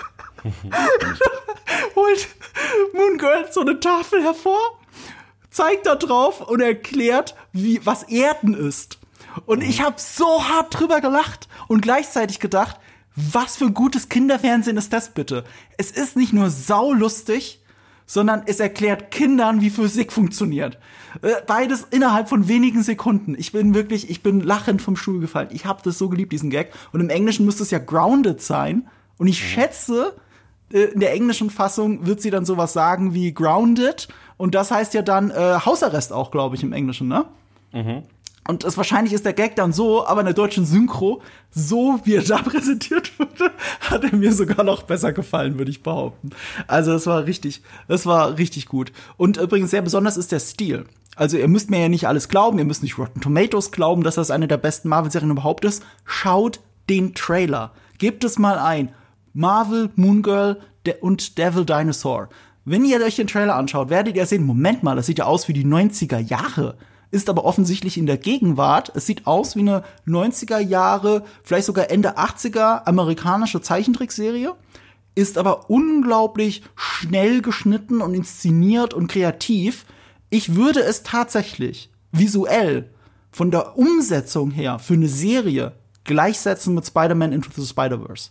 Holt Moon Girl so eine Tafel hervor, zeigt da drauf und erklärt, wie, was Erden ist. Und ich habe so hart drüber gelacht und gleichzeitig gedacht, was für gutes Kinderfernsehen ist das bitte? Es ist nicht nur saulustig, sondern es erklärt Kindern, wie Physik funktioniert. Beides innerhalb von wenigen Sekunden. Ich bin wirklich, ich bin lachend vom Stuhl gefallen. Ich habe das so geliebt, diesen Gag. Und im Englischen müsste es ja grounded sein. Und ich schätze, in der englischen Fassung wird sie dann sowas sagen wie grounded. Und das heißt ja dann äh, Hausarrest auch, glaube ich, im Englischen, ne? Mhm. Und das, wahrscheinlich ist der Gag dann so, aber in der deutschen Synchro, so wie er da präsentiert wurde, hat er mir sogar noch besser gefallen, würde ich behaupten. Also das war richtig, das war richtig gut. Und übrigens sehr besonders ist der Stil. Also ihr müsst mir ja nicht alles glauben, ihr müsst nicht Rotten Tomatoes glauben, dass das eine der besten Marvel-Serien überhaupt ist. Schaut den Trailer. Gebt es mal ein. Marvel, Moon Girl und Devil Dinosaur. Wenn ihr euch den Trailer anschaut, werdet ihr sehen, Moment mal, das sieht ja aus wie die neunziger Jahre. Ist aber offensichtlich in der Gegenwart. Es sieht aus wie eine neunziger Jahre, vielleicht sogar Ende achtziger amerikanische Zeichentrickserie. Ist aber unglaublich schnell geschnitten und inszeniert und kreativ. Ich würde es tatsächlich visuell von der Umsetzung her für eine Serie gleichsetzen mit Spider-Man Into the Spider-Verse.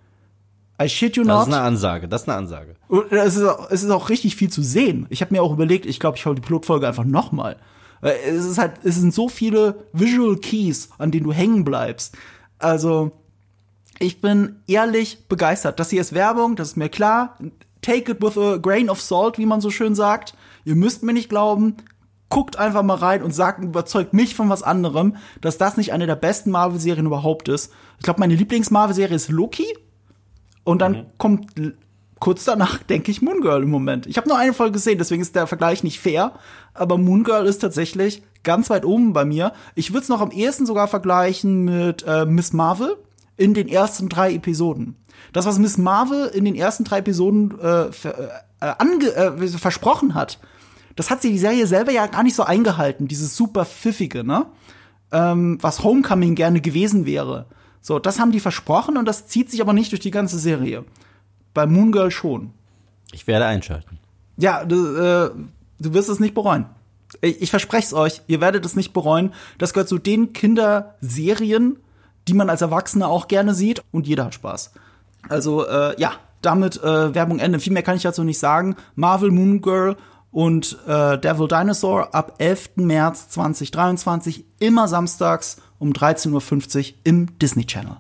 I shit you not. Das ist eine Ansage, das ist eine Ansage. Und es ist auch, es ist auch richtig viel zu sehen. Ich habe mir auch überlegt, ich glaube, ich schaue die Pilotfolge einfach noch mal. Es ist halt, es sind so viele Visual Keys, an denen du hängen bleibst. Also, ich bin ehrlich begeistert. Das hier ist Werbung, das ist mir klar. Take it with a grain of salt, wie man so schön sagt. Ihr müsst mir nicht glauben. Guckt einfach mal rein und sagt, überzeugt mich von was anderem, dass das nicht eine der besten Marvel-Serien überhaupt ist. Ich glaube, meine Lieblings-Marvel-Serie ist Loki. Und dann mhm. kommt l- kurz danach, denke ich, Moon Girl im Moment. Ich habe nur eine Folge gesehen, deswegen ist der Vergleich nicht fair. Aber Moon Girl ist tatsächlich ganz weit oben bei mir. Ich würde es noch am ehesten sogar vergleichen mit äh, Miss Marvel in den ersten drei Episoden. Das, was Miss Marvel in den ersten drei Episoden äh, ver- äh, ange- äh, versprochen hat, das hat sie die Serie selber ja gar nicht so eingehalten. Dieses super pfiffige, ne? Ähm, was Homecoming gerne gewesen wäre. So, das haben die versprochen und das zieht sich aber nicht durch die ganze Serie. Bei Moon Girl schon. Ich werde einschalten. Ja, du, äh, du wirst es nicht bereuen. Ich, ich verspreche es euch, ihr werdet es nicht bereuen. Das gehört zu den Kinderserien, die man als Erwachsener auch gerne sieht und jeder hat Spaß. Also, äh, ja, damit äh, Werbung Ende. Viel mehr kann ich dazu nicht sagen. Marvel, Moon Girl und äh, Devil Dinosaur ab elften März zweitausenddreiundzwanzig, immer samstags um dreizehn Uhr fünfzig im Disney Channel.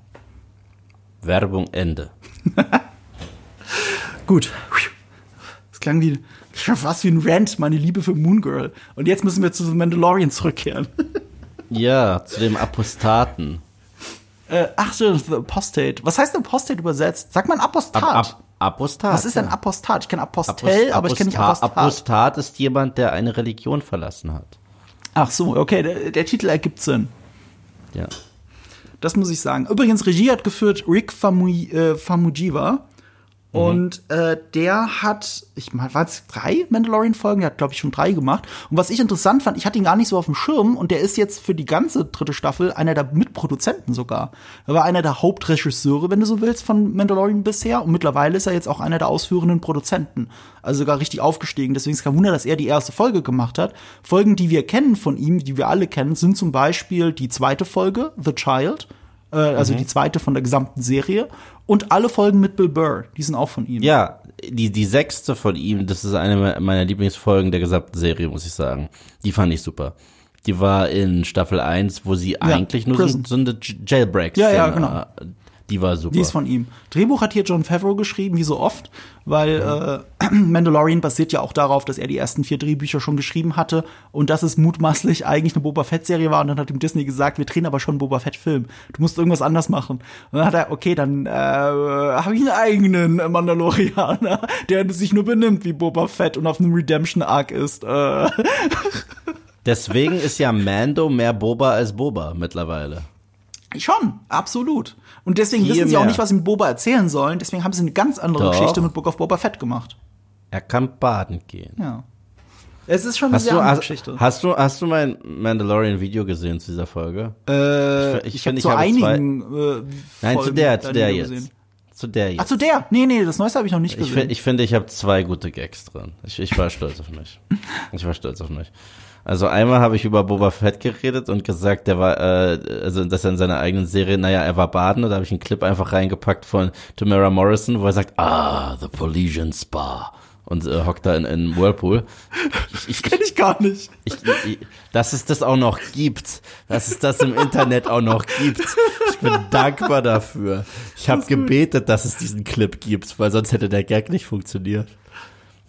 Werbung Ende. Gut. Das klang wie fast wie ein Rant, meine Liebe für Moon Girl. Und jetzt müssen wir zu The Mandalorian zurückkehren. Ja, zu dem Apostaten. Äh, ach so, The Apostate. Was heißt denn Apostate übersetzt? Sagt man Apostat? Ab, ab, Apostat. Was ist denn Apostat? Ich kenne Apostel, Apost- aber ich kenne nicht Apostat. Apostat ist jemand, der eine Religion verlassen hat. Ach so, okay, der, der Titel ergibt Sinn. Ja. Das muss ich sagen. Übrigens, Regie hat geführt Rick Famu- äh, Famuyiwa. Mhm. Und äh, der hat, ich meine, war es drei Mandalorian-Folgen? Der hat, glaube ich, schon drei gemacht. Und was ich interessant fand, ich hatte ihn gar nicht so auf dem Schirm. Und der ist jetzt für die ganze dritte Staffel einer der Mitproduzenten sogar. Er war einer der Hauptregisseure, wenn du so willst, von Mandalorian bisher. Und mittlerweile ist er jetzt auch einer der ausführenden Produzenten. Also sogar richtig aufgestiegen. Deswegen ist es kein Wunder, dass er die erste Folge gemacht hat. Folgen, die wir kennen von ihm, die wir alle kennen, sind zum Beispiel die zweite Folge, The Child. Äh, also mhm. die zweite von der gesamten Serie. Und alle Folgen mit Bill Burr, die sind auch von ihm. Ja, die, die sechste von ihm, das ist eine meiner Lieblingsfolgen der gesamten Serie, muss ich sagen. Die fand ich super. Die war in Staffel eins, wo sie ja, eigentlich nur so, so eine Jailbreak Ja, ja, genau. Die war super. Die ist von ihm. Drehbuch hat hier Jon Favreau geschrieben, wie so oft, weil ja. äh, Mandalorian basiert ja auch darauf, dass er die ersten vier Drehbücher schon geschrieben hatte und dass es mutmaßlich eigentlich eine Boba Fett-Serie war. Und dann hat ihm Disney gesagt, wir drehen aber schon einen Boba Fett-Film. Du musst irgendwas anders machen. Und dann hat er, okay, dann äh, habe ich einen eigenen Mandalorianer, der sich nur benimmt wie Boba Fett und auf einem Redemption-Arc ist. Äh. Deswegen ist ja Mando mehr Boba als Boba mittlerweile. Schon, absolut. Und deswegen Viel wissen sie mehr. auch nicht, was sie mit Boba erzählen sollen. Deswegen haben sie eine ganz andere Doch. Geschichte mit Book of Boba Fett gemacht. Er kann baden gehen. Ja. Es ist schon eine Hast sehr du, andere hast, Geschichte. hast du, hast du mein Mandalorian-Video gesehen zu dieser Folge? Äh, ich ich, ich find, habe ich zu habe einigen äh, Nein, Folgen zu der, zu dein der Video jetzt. gesehen. Zu der jetzt. Ach, zu der? Nee, nee, das Neueste habe ich noch nicht Ich, gesehen. find, ich finde, ich habe zwei gute Gags drin. Ich, ich war stolz auf mich. Ich war stolz auf mich. Also einmal habe ich über Boba Fett geredet und gesagt, der war, äh, also dass er in seiner eigenen Serie, naja, er war baden, und da habe ich einen Clip einfach reingepackt von Tamara Morrison, wo er sagt, ah, the Polynesian Spa. Und äh, hockt da in, in Whirlpool. Ich, ich, Kenn ich gar nicht. Ich, ich, dass es das auch noch gibt. Dass es das im Internet auch noch gibt. Ich bin dankbar dafür. Ich habe gebetet, dass es diesen Clip gibt, weil sonst hätte der Gag nicht funktioniert.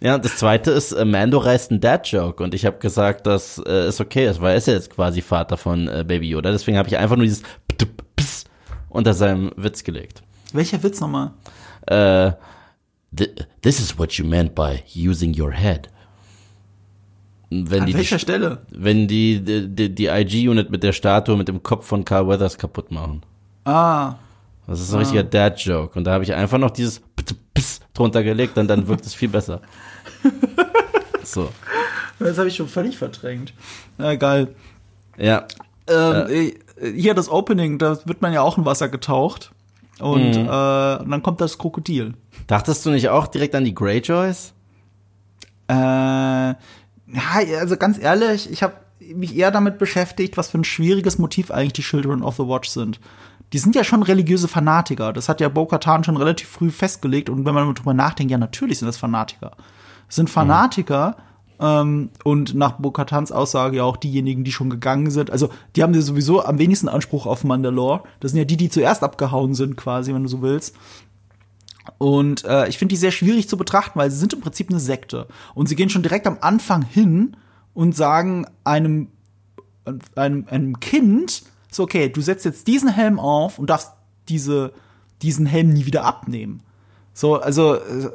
Ja, und das zweite ist, äh, Mando reißt einen Dad-Joke und ich habe gesagt, dass äh, es okay ist, weil er ist ja jetzt quasi Vater von äh, Baby Yoda. Deswegen habe ich einfach nur dieses Pss unter seinem Witz gelegt. Welcher Witz nochmal? Äh, this is what you meant by using your head. Wenn An die, welcher die, Stelle? Wenn die die, die I G-Unit mit der Statue mit dem Kopf von Carl Weathers kaputt machen. Ah. Das ist ein ah. richtiger Dad-Joke. Und da habe ich einfach noch dieses Pss drunter gelegt und dann wirkt es viel besser. So. Das habe ich schon völlig verdrängt. Ja, geil. Ja. Ähm, äh. Hier das Opening, da wird man ja auch in Wasser getaucht. Und, mhm. äh, und dann kommt das Krokodil. Dachtest du nicht auch direkt an die Greyjoys? Äh, ja, also ganz ehrlich, ich habe mich eher damit beschäftigt, was für ein schwieriges Motiv eigentlich die Children of the Watch sind. Die sind ja schon religiöse Fanatiker. Das hat ja Bo-Katan schon relativ früh festgelegt. Und wenn man drüber nachdenkt, ja, natürlich sind das Fanatiker. Das sind Fanatiker, mhm. ähm, und nach Bo-Katans Aussage ja auch diejenigen, die schon gegangen sind. Also, die haben ja sowieso am wenigsten Anspruch auf Mandalore. Das sind ja die, die zuerst abgehauen sind, quasi, wenn du so willst. Und äh, ich finde die sehr schwierig zu betrachten, weil sie sind im Prinzip eine Sekte. Und sie gehen schon direkt am Anfang hin und sagen einem, einem, einem Kind, so, okay, du setzt jetzt diesen Helm auf und darfst diese, diesen Helm nie wieder abnehmen. So, also, äh,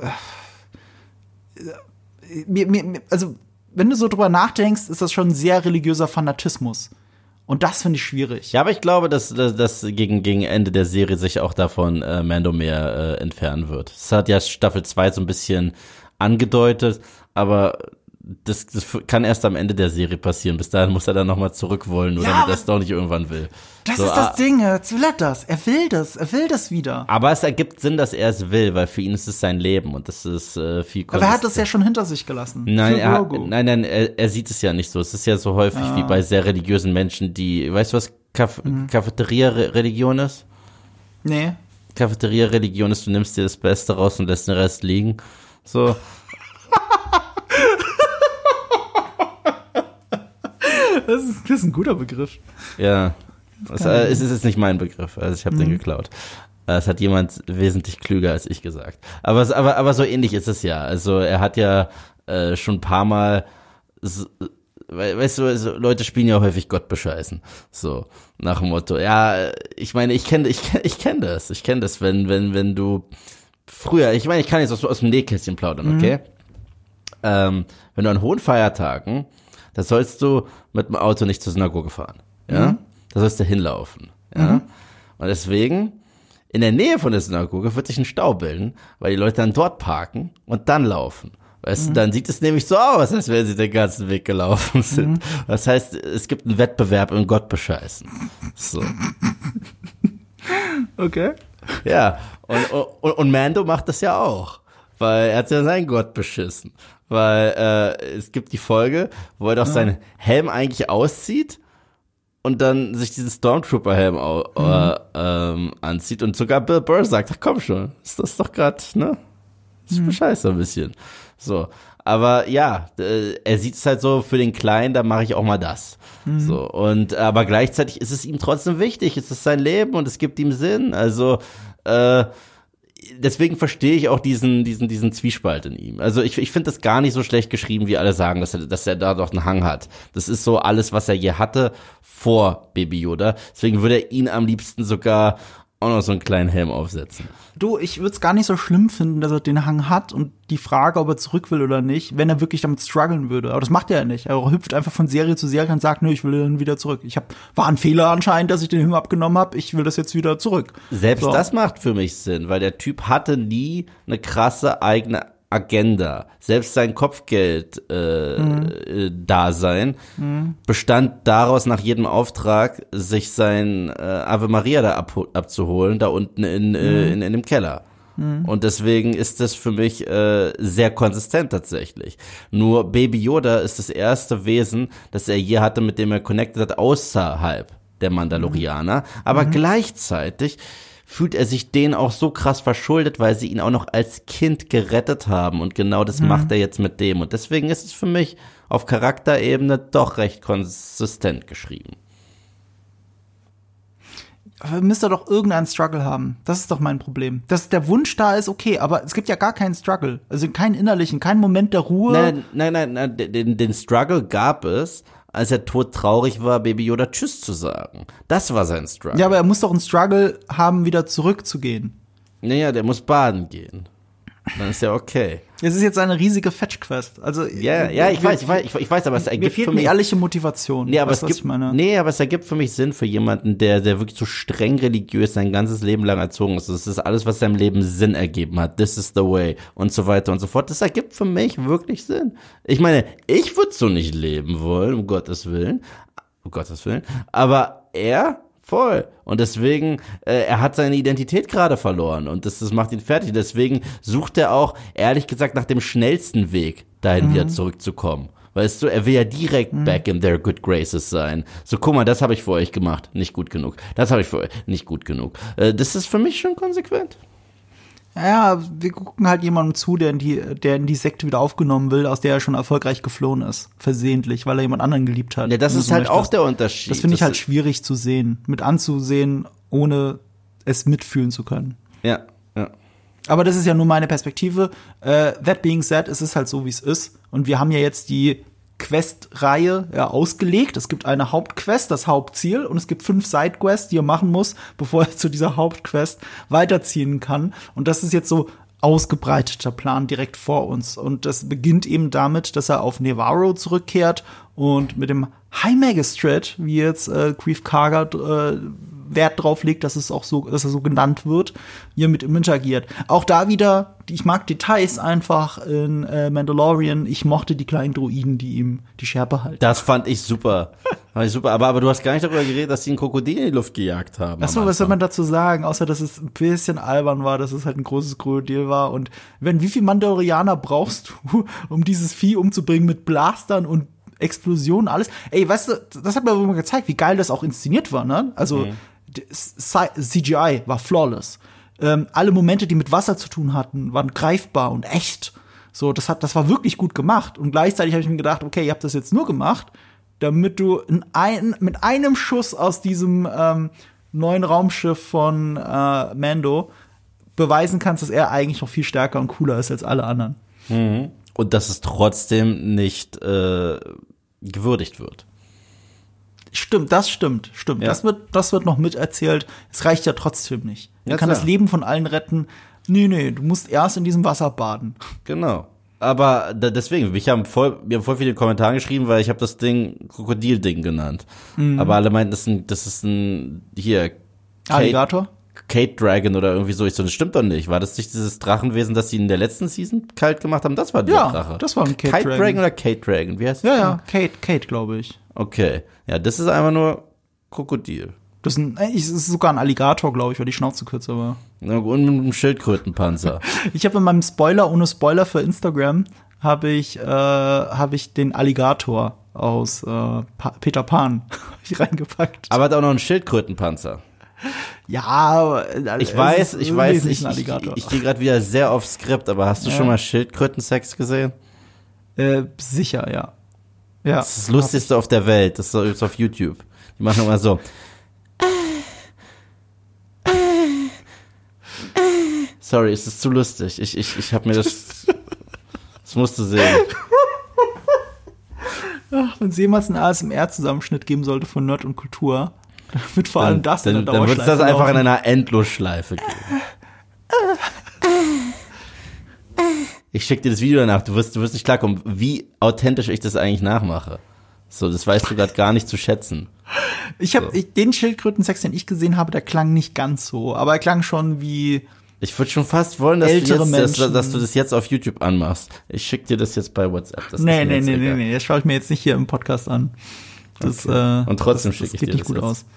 mir, mir, also, wenn du so drüber nachdenkst, ist das schon ein sehr religiöser Fanatismus. Und das finde ich schwierig. Ja, aber ich glaube, dass das gegen, gegen Ende der Serie sich auch davon äh, Mando mehr äh, entfernen wird. Das hat ja Staffel zwei so ein bisschen angedeutet, aber das, das kann erst am Ende der Serie passieren. Bis dahin muss er dann nochmal zurück wollen, nur ja, damit er es doch nicht irgendwann will. Das so, ist das ah, Ding, jetzt will er das. Er will das, er will das wieder. Aber es ergibt Sinn, dass er es will, weil für ihn ist es sein Leben und das ist äh, viel Aber er hat es ja schon hinter sich gelassen. Nein, er hat, nein, nein, er, er sieht es ja nicht so. Es ist ja so häufig ah. wie bei sehr religiösen Menschen, die, weißt du, was Caf- mhm. Cafeteria-Religion ist? Nee. Cafeteria-Religion ist, du nimmst dir das Beste raus und lässt den Rest liegen. So. Das ist, das ist ein guter Begriff. Ja, das, äh, es ist jetzt nicht mein Begriff, also ich habe mhm. den geklaut. Es hat jemand wesentlich klüger als ich gesagt. Aber, aber, aber so ähnlich ist es ja. Also er hat ja äh, schon ein paar Mal, so, weißt du, also Leute spielen ja häufig Gott bescheißen. So, nach dem Motto, ja, ich meine, ich kenne ich, ich kenn das. Ich kenne das, wenn, wenn, wenn du früher, ich meine, ich kann jetzt aus, aus dem Nähkästchen plaudern, okay? Mhm. Ähm, wenn du an hohen Feiertagen, da sollst du mit dem Auto nicht zur Synagoge fahren, ja? Mhm. Da sollst du hinlaufen, ja? Mhm. Und deswegen, in der Nähe von der Synagoge wird sich ein Stau bilden, weil die Leute dann dort parken und dann laufen. Weißt mhm. du, dann sieht es nämlich so aus, als wären sie den ganzen Weg gelaufen sind. Mhm. Das heißt, es gibt einen Wettbewerb im Gott bescheißen. So. Okay. Ja, und, und, und Mando macht das ja auch, weil er hat ja seinen Gott beschissen. Weil äh, es gibt die Folge, wo er doch ja. seinen Helm eigentlich auszieht und dann sich diesen Stormtrooper-Helm au- mhm. äh, ähm, anzieht und sogar Bill Burr sagt, ach komm schon, ist das doch gerade, ne? Das ist mhm. scheiße ein bisschen. So, aber ja, äh, er sieht es halt so, für den Kleinen, da mache ich auch mal das. Mhm. So, und aber gleichzeitig ist es ihm trotzdem wichtig, es ist sein Leben und es gibt ihm Sinn, also äh, deswegen verstehe ich auch diesen, diesen, diesen Zwiespalt in ihm. Also ich, ich finde das gar nicht so schlecht geschrieben, wie alle sagen, dass er, dass er da doch einen Hang hat. Das ist so alles, was er je hatte vor Baby Yoda. Deswegen würde er ihn am liebsten sogar auch noch so einen kleinen Helm aufsetzen. Du, ich würde es gar nicht so schlimm finden, dass er den Hang hat und die Frage, ob er zurück will oder nicht, wenn er wirklich damit strugglen würde. Aber das macht er ja nicht. Er hüpft einfach von Serie zu Serie und sagt, nö, ich will dann wieder zurück. Ich hab, war ein Fehler anscheinend, dass ich den Helm abgenommen habe. Ich will das jetzt wieder zurück. Selbst so. Das macht für mich Sinn, weil der Typ hatte nie eine krasse eigene Agenda. Selbst sein Kopfgeld-Dasein äh, mhm. bestand daraus, nach jedem Auftrag sich sein äh, Ave Maria da ab, abzuholen, da unten in, mhm. äh, in, in dem Keller. Mhm. Und deswegen ist das für mich äh, sehr konsistent tatsächlich. Nur Baby Yoda ist das erste Wesen, das er je hatte, mit dem er connected hat, außerhalb der Mandalorianer. Mhm. Aber mhm. gleichzeitig fühlt er sich denen auch so krass verschuldet, weil sie ihn auch noch als Kind gerettet haben. Und genau das mhm. macht er jetzt mit dem. Und deswegen ist es für mich auf Charakterebene doch recht konsistent geschrieben. Aber müsst ihr doch irgendeinen Struggle haben. Das ist doch mein Problem. Dass der Wunsch da ist, okay, aber es gibt ja gar keinen Struggle. Also keinen innerlichen, keinen Moment der Ruhe. Nein, nein, nein, nein den, den Struggle gab es, als er todtraurig war, Baby Yoda Tschüss zu sagen. Das war sein Struggle. Ja, aber er muss doch einen Struggle haben, wieder zurückzugehen. Naja, der muss baden gehen. Dann ist ja okay. Es ist jetzt eine riesige Fetch-Quest. Also, ja, ja, ich weiß, ich weiß, ich weiß, aber es ergibt mir fehlt für mich eine ehrliche Motivation. Nee, aber weißt, es gibt, nee, aber es ergibt für mich Sinn für jemanden, der, der wirklich so streng religiös sein ganzes Leben lang erzogen ist. Das ist alles, was seinem Leben Sinn ergeben hat. This is the way und so weiter und so fort. Das ergibt für mich wirklich Sinn. Ich meine, ich würde so nicht leben wollen, um Gottes Willen, um Gottes Willen. Aber er voll. Und deswegen, äh, er hat seine Identität gerade verloren und das, das macht ihn fertig. Deswegen sucht er auch, ehrlich gesagt, nach dem schnellsten Weg, dahin mhm. wieder zurückzukommen. Weißt du, er will ja direkt mhm. back in their good graces sein. So, guck mal, das habe ich für euch gemacht. Nicht gut genug. Das habe ich für euch nicht gut genug. Äh, das ist für mich schon konsequent. Ja, wir gucken halt jemandem zu, der in die, der in die Sekte wieder aufgenommen will, aus der er schon erfolgreich geflohen ist. Versehentlich, weil er jemand anderen geliebt hat. Ja, das ist so halt möchtest. auch der Unterschied. Das finde ich halt schwierig zu sehen. Mit anzusehen, ohne es mitfühlen zu können. Ja, ja. Aber das ist ja nur meine Perspektive. Uh, that being said, es ist halt so, wie es ist. Und wir haben ja jetzt die Quest-Reihe ja, ausgelegt. Es gibt eine Hauptquest, das Hauptziel, und es gibt fünf Sidequests, die er machen muss, bevor er zu dieser Hauptquest weiterziehen kann. Und das ist jetzt so ausgebreiteter Plan direkt vor uns. Und das beginnt eben damit, dass er auf Nevarro zurückkehrt und mit dem High Magistrate, wie jetzt äh, Greef Karga äh, Wert drauf legt, dass es auch so, dass er so genannt wird, hier mit ihm interagiert. Auch da wieder, ich mag Details einfach in äh, Mandalorian. Ich mochte die kleinen Droiden, die ihm die Schärpe halten. Das fand ich super. Fand ich super. Aber, aber du hast gar nicht darüber geredet, dass sie einen Krokodil in die Luft gejagt haben. Achso, was soll man dazu sagen? Außer, dass es ein bisschen albern war, dass es halt ein großes Krokodil war. Und wenn, wie viel Mandalorianer brauchst du, um dieses Vieh umzubringen mit Blastern und Explosionen, alles? Ey, weißt du, das hat mir immer gezeigt, wie geil das auch inszeniert war, ne? Also, mhm. C G I war flawless. Ähm, alle Momente, die mit Wasser zu tun hatten, waren greifbar und echt. So, das hat, das war wirklich gut gemacht. Und gleichzeitig habe ich mir gedacht, okay, ihr habt das jetzt nur gemacht, damit du in ein, mit einem Schuss aus diesem ähm, neuen Raumschiff von äh, Mando beweisen kannst, dass er eigentlich noch viel stärker und cooler ist als alle anderen. Mhm. Und dass es trotzdem nicht äh, gewürdigt wird. Stimmt, das stimmt, stimmt. Ja. Das wird, das wird noch miterzählt. Es reicht ja trotzdem nicht. Man ja, kann klar. das Leben von allen retten. Nee, nee, du musst erst in diesem Wasser baden. Genau. Aber da, deswegen, ich haben voll, wir haben voll viele Kommentare geschrieben, weil ich habe das Ding Krokodil-Ding genannt. Mhm. Aber alle meinten, das ist ein, das ist ein hier Kate, Alligator? Kate Dragon oder irgendwie so. Ich so, das stimmt doch nicht. War das nicht dieses Drachenwesen, das sie in der letzten Season kalt gemacht haben? Das war dieser ja, Drache. Das war ein Kate, Kate Dragon. Dragon oder Kate Dragon? Wie heißt das? Ja, ja, Kate, Kate, glaube ich. Okay. Ja, das ist einfach nur Krokodil. Das ist, ein, es ist sogar ein Alligator, glaube ich, weil die Schnauze kürzer war. Und mit einem Schildkrötenpanzer. Ich habe in meinem Spoiler ohne Spoiler für Instagram habe ich äh, habe ich den Alligator aus äh, pa- Peter Pan reingepackt. Aber hat auch noch einen Schildkrötenpanzer. Ja, ich weiß, ich weiß, ich, ich, ich gehe gerade wieder sehr aufs Skript, aber hast du ja. schon mal Schildkrötensex gesehen? Äh, sicher, ja. Ja. Das ist das Lustigste auf der Welt, das ist auf YouTube. Die machen immer so. Sorry, es ist zu lustig. Ich, ich, ich habe mir das, das musst du sehen. Ach, wenn es jemals einen A S M R-Zusammenschnitt geben sollte von Nerd und Kultur, dann wird vor allem das dann, in der Dauerschleife Dauerschleife Dann wird es das laufen. einfach in einer Endlosschleife geben. Ich schick dir das Video danach, du wirst, du wirst nicht klarkommen, wie authentisch ich das eigentlich nachmache. So, das weißt du gerade gar nicht zu schätzen. Ich habe so. Den Schildkrötensex, den ich gesehen habe, der klang nicht ganz so, aber er klang schon wie Ich würde schon fast wollen, dass du, ältere jetzt, dass, Menschen. dass du das jetzt auf YouTube anmachst. Ich schick dir das jetzt bei WhatsApp. Das nee, ist nee, nee, egal. nee, nee, das schaue ich mir jetzt nicht hier im Podcast an. Das, okay. äh, Und trotzdem das, schicke ich geht dir nicht das gut jetzt. aus.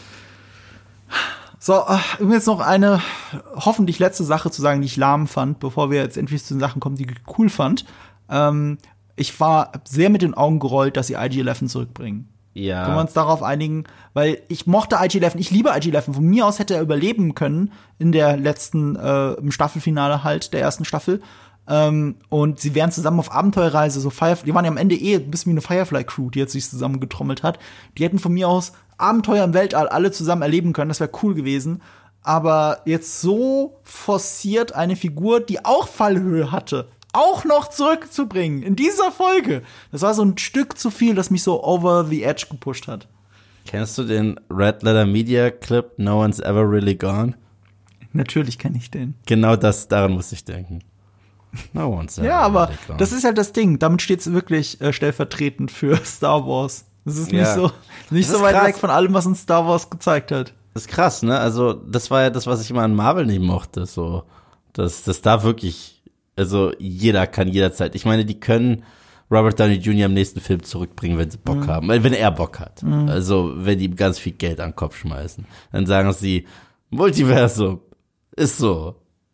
So, um jetzt noch eine hoffentlich letzte Sache zu sagen, die ich lahm fand, bevor wir jetzt endlich zu den Sachen kommen, die ich cool fand. Ähm, ich war sehr mit den Augen gerollt, dass sie I G elf zurückbringen. Ja. Können wir uns darauf einigen? Weil ich mochte I G elf, ich liebe I G elf. Von mir aus hätte er überleben können in der letzten, äh, im Staffelfinale halt, der ersten Staffel. Ähm, und sie wären zusammen auf Abenteuerreise, so Firefly, die waren ja am Ende eh ein bisschen wie eine Firefly-Crew, die jetzt sich zusammen getrommelt hat. Die hätten von mir aus Abenteuer im Weltall alle zusammen erleben können, das wäre cool gewesen. Aber jetzt so forciert eine Figur, die auch Fallhöhe hatte, auch noch zurückzubringen in dieser Folge. Das war so ein Stück zu viel, das mich so over the edge gepusht hat. Kennst du den Red Letter Media Clip No One's Ever Really Gone? Natürlich kenne ich den. Genau das, daran muss ich denken. No one's ever Ja, aber really gone. das ist halt das Ding. Damit steht es wirklich äh, stellvertretend für Star Wars. Das ist nicht Ja. so nicht Das so ist weit krass. weg von allem, was uns Star Wars gezeigt hat. Das ist krass, ne? Also, das war ja das, was ich immer an Marvel nicht mochte, so. Dass, dass da wirklich, also, jeder kann jederzeit. Ich meine, die können Robert Downey Junior im nächsten Film zurückbringen, wenn sie Bock Mhm. haben. Wenn er Bock hat. Mhm. Also, wenn die ihm ganz viel Geld an den Kopf schmeißen. Dann sagen sie, Multiversum. Ist so.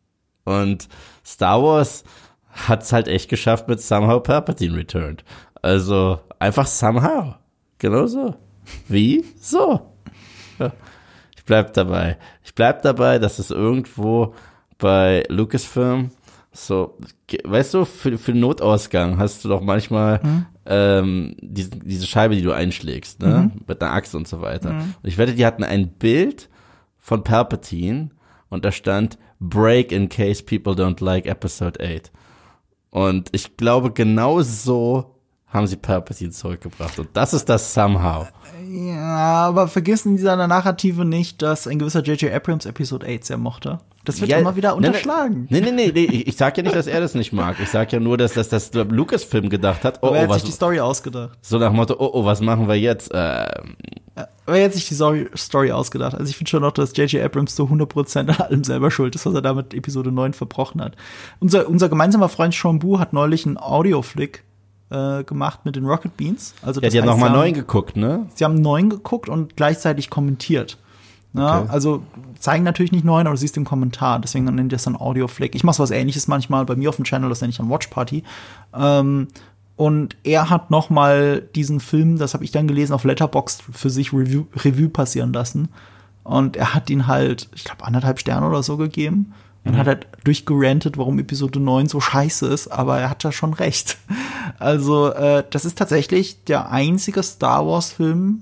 Und Star Wars hat's halt echt geschafft mit Somehow Palpatine Returned. Also, einfach somehow. Genau so. Wie? So. Ja. Ich bleib dabei. Ich bleib dabei, dass es irgendwo bei Lucasfilm so, weißt du, für, für Notausgang hast du doch manchmal mhm. ähm, diese, diese Scheibe, die du einschlägst, ne? Mhm. Mit einer Axt und so weiter. Mhm. Und ich wette, die hatten ein Bild von Palpatine und da stand Break in case people don't like Episode eight. Und ich glaube, genau so haben sie Palpatine zurückgebracht. Und das ist das Somehow. Ja, aber vergiss in dieser Narrative nicht, dass ein gewisser J J Abrams Episode eight sehr mochte. Das wird ja immer wieder unterschlagen. Nee, nee, nee, nee, ich, ich sag ja nicht, dass er das nicht mag. Ich sag ja nur, dass das, dass Lucasfilm gedacht hat, oh, aber er hat oh, was, sich die Story ausgedacht. So nach dem Motto, oh, oh, was machen wir jetzt? Ähm, ja, aber er hat sich die Story, Story ausgedacht. Also ich finde schon noch, dass J J Abrams zu hundert Prozent an allem selber schuld ist, was er da mit Episode neun verbrochen hat. Unser, unser gemeinsamer Freund Sean Bu hat neulich einen Audio-Flick äh, gemacht mit den Rocket Beans. Also ja, die haben nochmal neun geguckt, ne? Sie haben neun geguckt und gleichzeitig kommentiert. Ja, okay. Also zeigen natürlich nicht neun, aber du siehst den Kommentar. Deswegen nennt ihr das dann Audio-Flick. Ich mache was Ähnliches manchmal bei mir auf dem Channel, das nenne ich dann Watch Party. Ähm, und er hat noch mal diesen Film, das habe ich dann gelesen, auf Letterboxd für sich Review, Revue passieren lassen. Und er hat ihn halt, ich glaube, anderthalb Sterne oder so gegeben. Und mhm. hat halt durchgerantet, warum Episode neun so scheiße ist. Aber er hat da schon recht. Also äh, das ist tatsächlich der einzige Star Wars-Film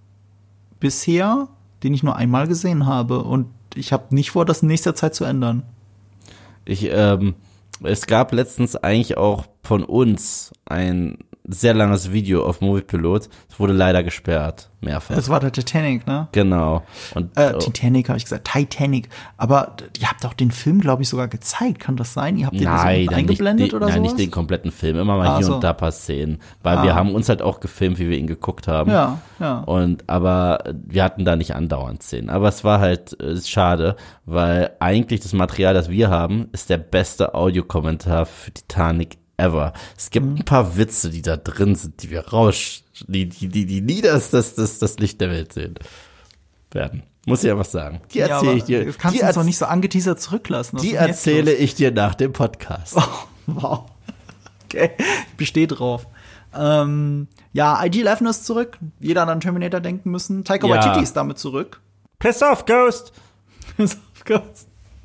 bisher, den ich nur einmal gesehen habe. Und ich habe nicht vor, das in nächster Zeit zu ändern. Ich, ähm, es gab letztens eigentlich auch von uns ein sehr langes Video auf Moviepilot. Es wurde leider gesperrt, mehrfach. Es war der Titanic, ne? Genau. Und, äh, Titanic habe ich gesagt, Titanic. Aber ihr habt auch den Film, glaube ich, sogar gezeigt. Kann das sein? Ihr habt den nein, so eingeblendet nicht, oder so? Nein, sowas? Nicht den kompletten Film. Immer mal ah, hier so. und da paar Szenen. Weil ah. wir haben uns halt auch gefilmt, wie wir ihn geguckt haben. Ja, ja. Und, aber wir hatten da nicht andauernd Szenen. Aber es war halt äh, ist schade, weil eigentlich das Material, das wir haben, ist der beste Audiokommentar für Titanic ever. Es gibt ein paar Witze, die da drin sind, die wir raus, die, die, die, die nie das, das, das, das Licht der Welt sehen werden. Muss ich ja was sagen. Die erzähle ja, ich dir. Du kannst die uns doch nicht so angeteasert zurücklassen. Die erzähle ich dir nach dem Podcast. Oh, wow. Okay, ich bestehe drauf. Ähm, ja, I G elf ist zurück. Jeder an einen Terminator denken müssen. Taika ja. Waititi ist damit zurück. Piss off, Ghost! Piss off, Ghost.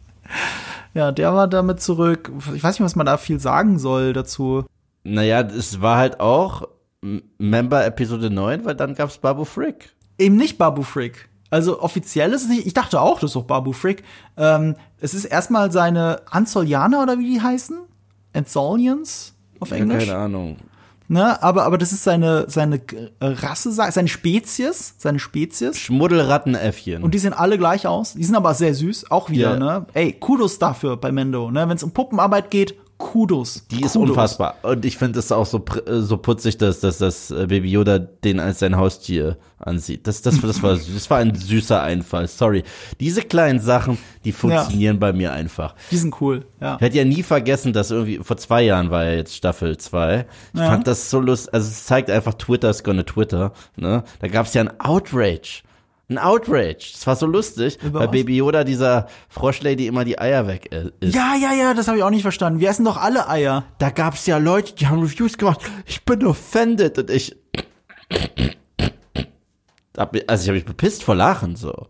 Ja, der war damit zurück. Ich weiß nicht, was man da viel sagen soll dazu. Naja, es war halt auch Member Episode neun, weil dann gab's Babu Frick. Eben nicht Babu Frick. Also offiziell ist es nicht, ich dachte auch, das ist doch Babu Frick. Ähm, es ist erstmal seine Ansolianer oder wie die heißen? Ansolians auf Englisch? Ja, keine Ahnung. Ne, aber, aber das ist seine, seine Rasse, seine Spezies, seine Spezies. Schmuddelrattenäffchen. Und die sehen alle gleich aus. Die sind aber sehr süß, auch wieder, ja. ne? Ey, Kudos dafür bei Mendo, ne? Wenn es um Puppenarbeit geht, Kudos. Die ist Kudos. unfassbar. Und ich finde es auch so, so putzig, dass, dass das Baby Yoda den als sein Haustier ansieht. Das, das, das, war, das war ein süßer Einfall. Sorry. Diese kleinen Sachen, die funktionieren ja. bei mir einfach. Die sind cool, ja. Ich hätte ja nie vergessen, dass irgendwie, vor zwei Jahren war ja jetzt Staffel zwei. Ich ja. fand das so lustig. Also es zeigt einfach, Twitter's gonna Twitter, ne? Da gab's ja ein Outrage. Ein Outrage. Das war so lustig, Über weil was? Baby Yoda dieser Froschlady immer die Eier weg ist. Ja, ja, ja, das habe ich auch nicht verstanden. Wir essen doch alle Eier. Da gab's ja Leute, die haben Reviews gemacht. Ich bin offended. Und ich also ich habe mich bepisst vor Lachen so.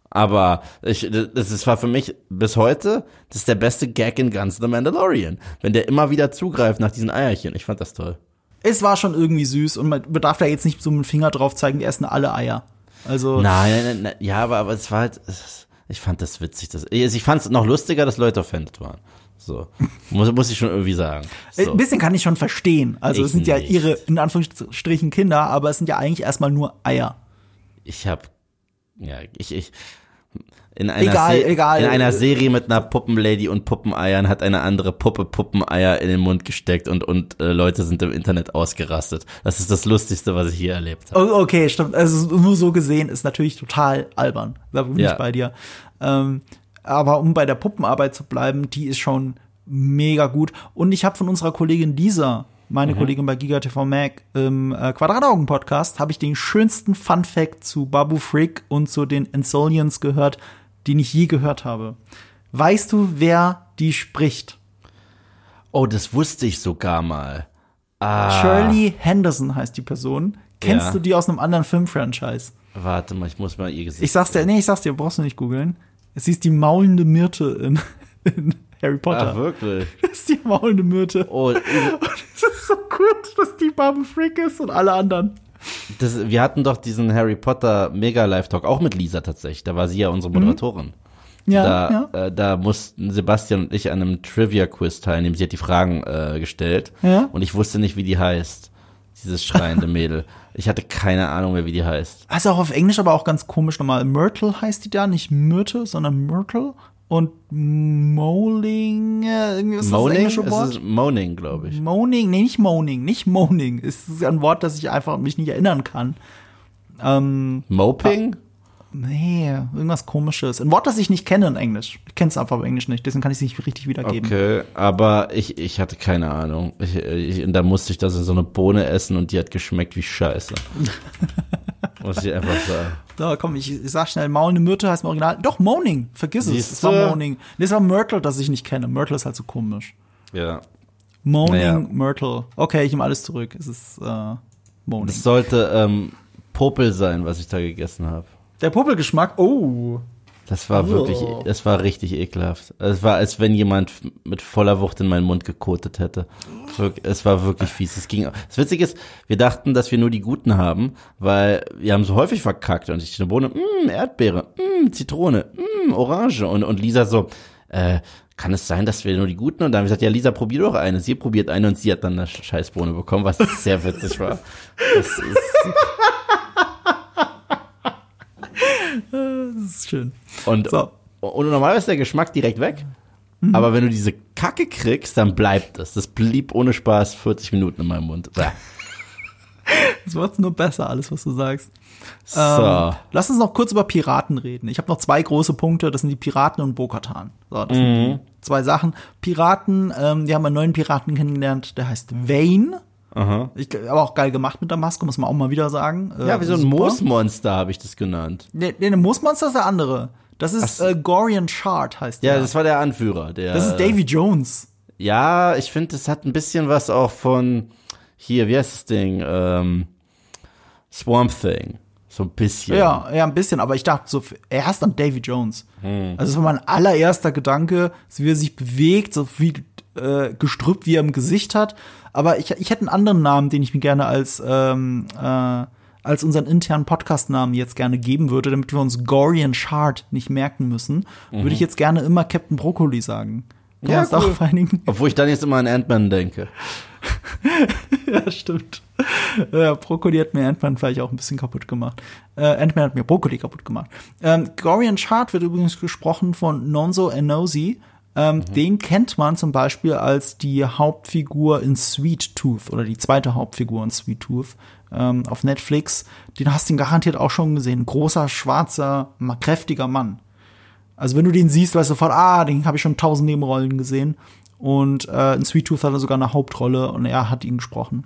Aber ich, das ist, war für mich bis heute, das ist der beste Gag in ganz The Mandalorian. Wenn der immer wieder zugreift nach diesen Eierchen. Ich fand das toll. Es war schon irgendwie süß und man darf da jetzt nicht so mit dem Finger drauf zeigen, die essen alle Eier. Also. Nein, nein, nein, ja, aber, aber es war halt, ich fand das witzig. Das, ich fand es noch lustiger, dass Leute offended waren. So. Muss, muss ich schon irgendwie sagen. So. Ein bisschen kann ich schon verstehen. Also, Ich es sind ja nicht. ihre, in Anführungsstrichen, Kinder, aber es sind ja eigentlich erstmal nur Eier. Ich hab, ja, ich, ich, in einer, Egal, Se- egal. in einer Serie mit einer Puppenlady und Puppeneiern hat eine andere Puppe Puppeneier in den Mund gesteckt und, und äh, Leute sind im Internet ausgerastet. Das ist das Lustigste, was ich hier erlebt habe. Oh, okay, stimmt. Also, nur so gesehen ist natürlich total albern. Da bin Ja. ich bei dir. Ähm, aber um bei der Puppenarbeit zu bleiben, die ist schon mega gut. Und ich habe von unserer Kollegin Lisa, meine mhm. Kollegin bei GigaTV Mag, im äh, Quadrataugen-Podcast, habe ich den schönsten Fun-Fact zu Babu Frick und zu den Ensolians gehört, den ich je gehört habe. Weißt du, wer die spricht? Oh, das wusste ich sogar mal. Ah. Shirley Henderson heißt die Person. Kennst Ja. du die aus einem anderen Film-Franchise? Warte mal, ich muss mal ihr Gesicht. Ich sag's dir, nee, ich sag's dir, brauchst du nicht googeln. Sie ist die maulende Myrte in, in Harry Potter. Ah, wirklich? Das ist die maulende Myrte. Oh, Und es ist so gut, dass die Babu Frick ist und alle anderen. das, wir hatten doch diesen Harry Potter Mega Live Talk auch mit Lisa tatsächlich. Da war sie ja unsere Moderatorin. Ja, da, ja. Äh, da mussten Sebastian und ich an einem Trivia-Quiz teilnehmen. Sie hat die Fragen äh, gestellt. Ja. Und ich wusste nicht, wie die heißt. Dieses schreiende Mädel. Ich hatte keine Ahnung mehr, wie die heißt. Also auch auf Englisch, aber auch ganz komisch nochmal. Myrtle heißt die da, nicht Myrte, sondern Myrtle. Und Moaning, äh, irgendwie ist das das Moaning? englische Es Wort? ist Moaning, glaube ich. Moaning, nee, nicht Moaning, nicht Moaning. Es ist ein Wort, das ich einfach mich nicht erinnern kann. Ähm, Moping? nee, irgendwas Komisches. Ein Wort, das ich nicht kenne in Englisch. Ich kenne es einfach auf Englisch nicht, deswegen kann ich es nicht richtig wiedergeben. Okay, aber ich, ich hatte keine Ahnung. Ich, ich, und da musste ich da so eine Bohne essen und die hat geschmeckt wie Scheiße. Muss ich einfach sagen. Da, komm, ich, ich sag schnell, maulende Myrte heißt im Original. Doch, Moaning, vergiss es. Siehste? Es war Moaning. Nee, es war Myrtle, das ich nicht kenne. Myrtle ist halt so komisch. Ja. Moaning, Naja. Myrtle. Okay, ich nehme alles zurück. Es ist äh, Moaning. Es sollte ähm, Popel sein, was ich da gegessen habe. Der Popelgeschmack, oh. Das war Oh. wirklich, das war richtig ekelhaft. Es war, als wenn jemand mit voller Wucht in meinen Mund gekotet hätte. Wirk- Es war wirklich fies. Es ging. Das Witzige ist, wir dachten, dass wir nur die Guten haben, weil wir haben so häufig verkackt. Und ich eine Bohne, mh, Erdbeere, mh, Zitrone, mh, Orange. Und, und Lisa so, äh, kann es sein, dass wir nur die Guten? Und dann haben wir gesagt, ja, Lisa, probier doch eine. Sie probiert eine und sie hat dann eine Scheißbohne bekommen, was sehr witzig war. Das ist, Das ist schön. Und, So. und normalerweise ist der Geschmack direkt weg. Mhm. Aber wenn du diese Kacke kriegst, dann bleibt es. Das blieb ohne Spaß vierzig Minuten in meinem Mund. Bäh. Das wird's nur besser, alles, was du sagst. So. Ähm, lass uns noch kurz über Piraten reden. Ich habe noch zwei große Punkte, das sind die Piraten und Bo-Katan. So, das sind die zwei Sachen. Piraten, ähm, die haben einen neuen Piraten kennengelernt, der heißt Vane. Aha. Ich, aber auch geil gemacht mit der Maske, muss man auch mal wieder sagen. Äh, Ja, wie so ein super. Moosmonster habe ich das genannt. Nee, nee, ein Moosmonster ist der andere. Das ist äh, Gorian Shard, heißt Ja, der. das war der Anführer. Der, Das ist Davy Jones. Ja, ich finde, das hat ein bisschen was auch von, hier, wie heißt das Ding? Ähm, Swamp Thing. So ein bisschen. Ja, ja, ein bisschen, aber ich dachte so, er ist dann Davy Jones. Hm. Also das war mein allererster Gedanke, so wie er sich bewegt, so viel äh, Gestrüpp, wie er im Gesicht hat. Aber ich, ich hätte einen anderen Namen, den ich mir gerne als ähm, äh, als unseren internen Podcast-Namen jetzt gerne geben würde, damit wir uns Gorian Shard nicht merken müssen, mhm. würde ich jetzt gerne immer Captain Broccoli sagen. Können Ja, wir uns cool. darauf einigen? Obwohl ich dann jetzt immer an Ant-Man denke. Ja, stimmt. Ja, Brokkoli hat mir Ant-Man vielleicht auch ein bisschen kaputt gemacht. Äh, Ant-Man hat mir Brokkoli kaputt gemacht. Ähm, Gorian Shard wird übrigens gesprochen von Nonso Enosi. Ähm, mhm. Den kennt man zum Beispiel als die Hauptfigur in Sweet Tooth oder die zweite Hauptfigur in Sweet Tooth ähm, auf Netflix. Den hast du ihn garantiert auch schon gesehen. Großer, schwarzer, kräftiger Mann. Also wenn du den siehst, weißt du sofort, ah, den habe ich schon tausend Nebenrollen gesehen. Und äh, in Sweet Tooth hat er sogar eine Hauptrolle und er hat ihn gesprochen.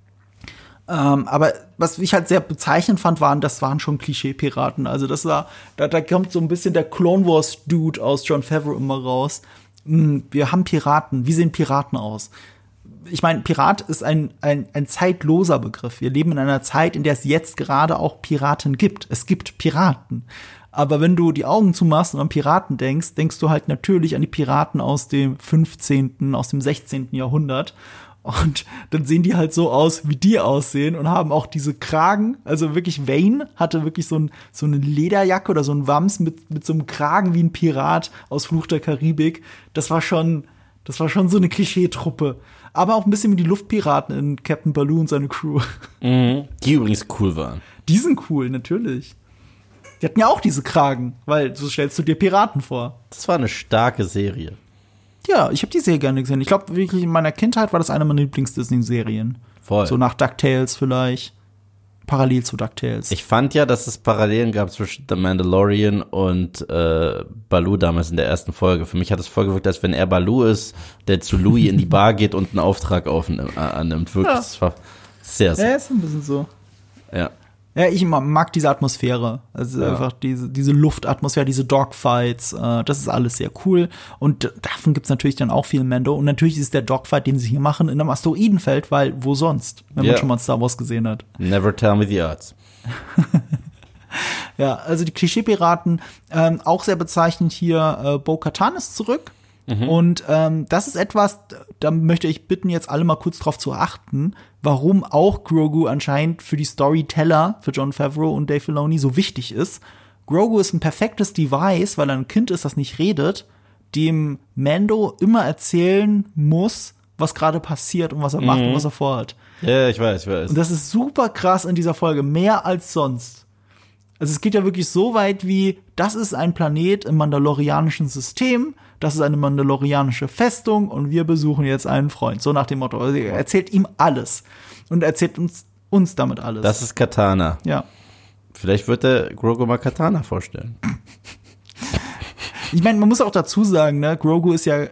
Ähm, aber was ich halt sehr bezeichnend fand, waren, das waren schon Klischee-Piraten. Also das war, da, da kommt so ein bisschen der Clone Wars-Dude aus Jon Favreau immer raus. Hm, wir haben Piraten. Wie sehen Piraten aus? Ich meine, Pirat ist ein, ein, ein zeitloser Begriff. Wir leben in einer Zeit, in der es jetzt gerade auch Piraten gibt. Es gibt Piraten. Aber wenn du die Augen zumachst und an Piraten denkst, denkst du halt natürlich an die Piraten aus dem fünfzehnten, aus dem sechzehnten Jahrhundert. Und dann sehen die halt so aus, wie die aussehen und haben auch diese Kragen. Also wirklich, Wayne hatte wirklich so, ein, so eine Lederjacke oder so ein Wams mit, mit so einem Kragen wie ein Pirat aus Fluch der Karibik. Das war schon, das war schon so eine Klischeetruppe. Aber auch ein bisschen wie die Luftpiraten in Captain Baloo und seine Crew. Mhm. Die übrigens cool waren. Die sind cool, natürlich. Die hatten ja auch diese Kragen, weil so stellst du dir Piraten vor. Das war eine starke Serie. Ja, ich habe die sehr gerne gesehen. Ich glaube, wirklich in meiner Kindheit war das eine meiner Lieblings-Disney-Serien. Voll. So nach DuckTales vielleicht. Parallel zu DuckTales. Ich fand ja, dass es Parallelen gab zwischen The Mandalorian und äh, Baloo damals in der ersten Folge. Für mich hat es voll gewirkt, als wenn er Baloo ist, der zu Louis in die Bar geht und einen Auftrag aufnimmt, äh, annimmt. Wirklich, Ja. das war sehr, sehr. Ja, ist ein bisschen so. Ja. Ja, ich mag diese Atmosphäre. Also Ja. einfach diese, diese Luftatmosphäre, diese Dogfights, äh, das ist alles sehr cool. Und davon gibt's natürlich dann auch viel in Mando. Und natürlich ist der Dogfight, den sie hier machen, in einem Asteroidenfeld, weil wo sonst, wenn Ja. man schon mal Star Wars gesehen hat. Never tell me the odds. Ja, also die Klischee-Piraten, ähm, auch sehr bezeichnend hier, äh, Bo-Katan ist zurück. Und ähm, das ist etwas, da möchte ich bitten, jetzt alle mal kurz drauf zu achten, warum auch Grogu anscheinend für die Storyteller, für Jon Favreau und Dave Filoni so wichtig ist. Grogu ist ein perfektes Device, weil er ein Kind ist, das nicht redet, dem Mando immer erzählen muss, was gerade passiert und was er macht und was er vorhat. Ja, ich weiß, ich weiß. Und das ist super krass in dieser Folge, mehr als sonst. Also es geht ja wirklich so weit wie, das ist ein Planet im mandalorianischen System, das ist eine mandalorianische Festung und wir besuchen jetzt einen Freund. So nach dem Motto. Also er erzählt ihm alles und erzählt uns, uns damit alles. Das ist Katana. Ja. Vielleicht wird der Grogu mal Katana vorstellen. Ich meine, man muss auch dazu sagen, ne, Grogu ist ja,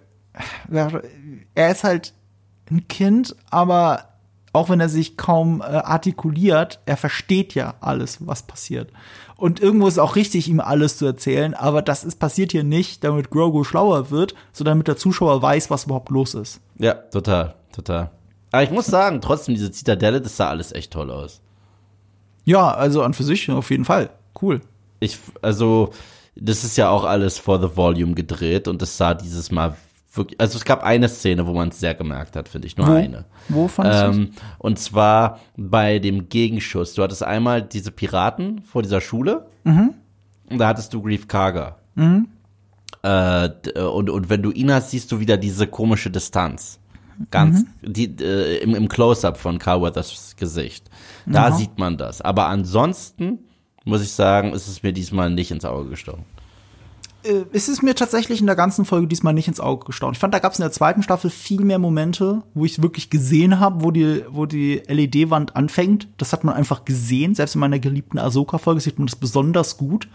er ist halt ein Kind, aber auch wenn er sich kaum äh, artikuliert, er versteht ja alles, was passiert. Und irgendwo ist es auch richtig, ihm alles zu erzählen, aber das ist passiert hier nicht, damit Grogu schlauer wird, sondern damit der Zuschauer weiß, was überhaupt los ist. Ja, total, total. Aber ich muss sagen, trotzdem, diese Zitadelle, das sah alles echt toll aus. Ja, also an für sich auf jeden Fall. Cool. Ich, also, das ist ja auch alles for the volume gedreht und das sah dieses Mal wirklich, also es gab eine Szene, wo man es sehr gemerkt hat, finde ich, nur Wo? eine. Wo fandest du ähm, Und zwar bei dem Gegenschuss. Du hattest einmal diese Piraten vor dieser Schule Mhm. und da hattest du Greef Karga. Mhm. Äh, d- und, und wenn du ihn hast, siehst du wieder diese komische Distanz. Ganz, Mhm. die, äh, im, im Close-Up von Carl Weathers Gesicht. Da Ja. sieht man das. Aber ansonsten, muss ich sagen, ist es mir diesmal nicht ins Auge gestochen. Äh, es ist mir tatsächlich in der ganzen Folge diesmal nicht ins Auge gestochen. Ich fand, da gab es in der zweiten Staffel viel mehr Momente, wo ich wirklich gesehen habe, wo die, wo die L E D-Wand anfängt. Das hat man einfach gesehen. Selbst in meiner geliebten Ahsoka-Folge sieht man das besonders gut.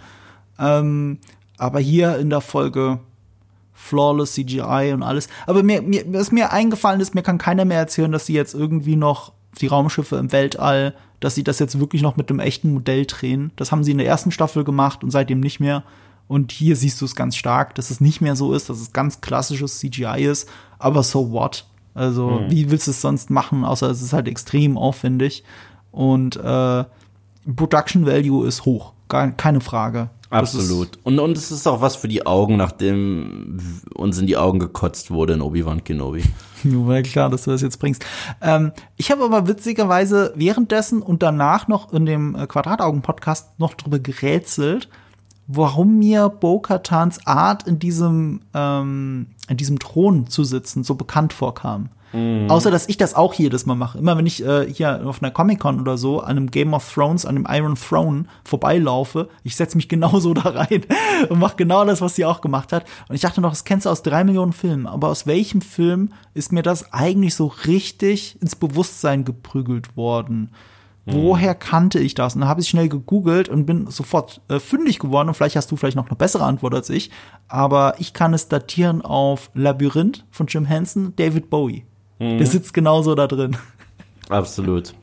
Ähm, aber hier in der Folge flawless C G I und alles. Aber mir, mir, was mir eingefallen ist, mir kann keiner mehr erzählen, dass sie jetzt irgendwie noch die Raumschiffe im Weltall, dass sie das jetzt wirklich noch mit einem echten Modell drehen. Das haben sie in der ersten Staffel gemacht und seitdem nicht mehr. Und hier siehst du es ganz stark, dass es nicht mehr so ist, dass es ganz klassisches C G I ist. Aber so what? Also, Mhm. wie willst du es sonst machen, außer es ist halt extrem aufwendig. Und äh, Production Value ist hoch, gar keine Frage. Das Absolut. Und, und es ist auch was für die Augen, nachdem uns in die Augen gekotzt wurde in Obi-Wan Kenobi. Ist, ja, war klar, dass du das jetzt bringst. Ähm, ich habe aber witzigerweise währenddessen und danach noch in dem äh, Quadrataugen-Podcast noch drüber gerätselt, warum mir Bo-Katans Art in diesem ähm, in diesem Thron zu sitzen so bekannt vorkam. Mhm. Außer, dass ich das auch jedes Mal mache. Immer wenn ich äh, hier auf einer Comic-Con oder so an einem Game of Thrones, an dem Iron Throne vorbeilaufe, ich setze mich genauso da rein und mache genau das, was sie auch gemacht hat. Und ich dachte noch, das kennst du aus drei Millionen Filmen. Aber aus welchem Film ist mir das eigentlich so richtig ins Bewusstsein geprügelt worden? Woher kannte ich das? Und dann habe ich schnell gegoogelt und bin sofort äh, fündig geworden. Und vielleicht hast du vielleicht noch eine bessere Antwort als ich. Aber ich kann es datieren auf Labyrinth von Jim Henson, David Bowie. Mhm. Der sitzt genauso da drin. Absolut.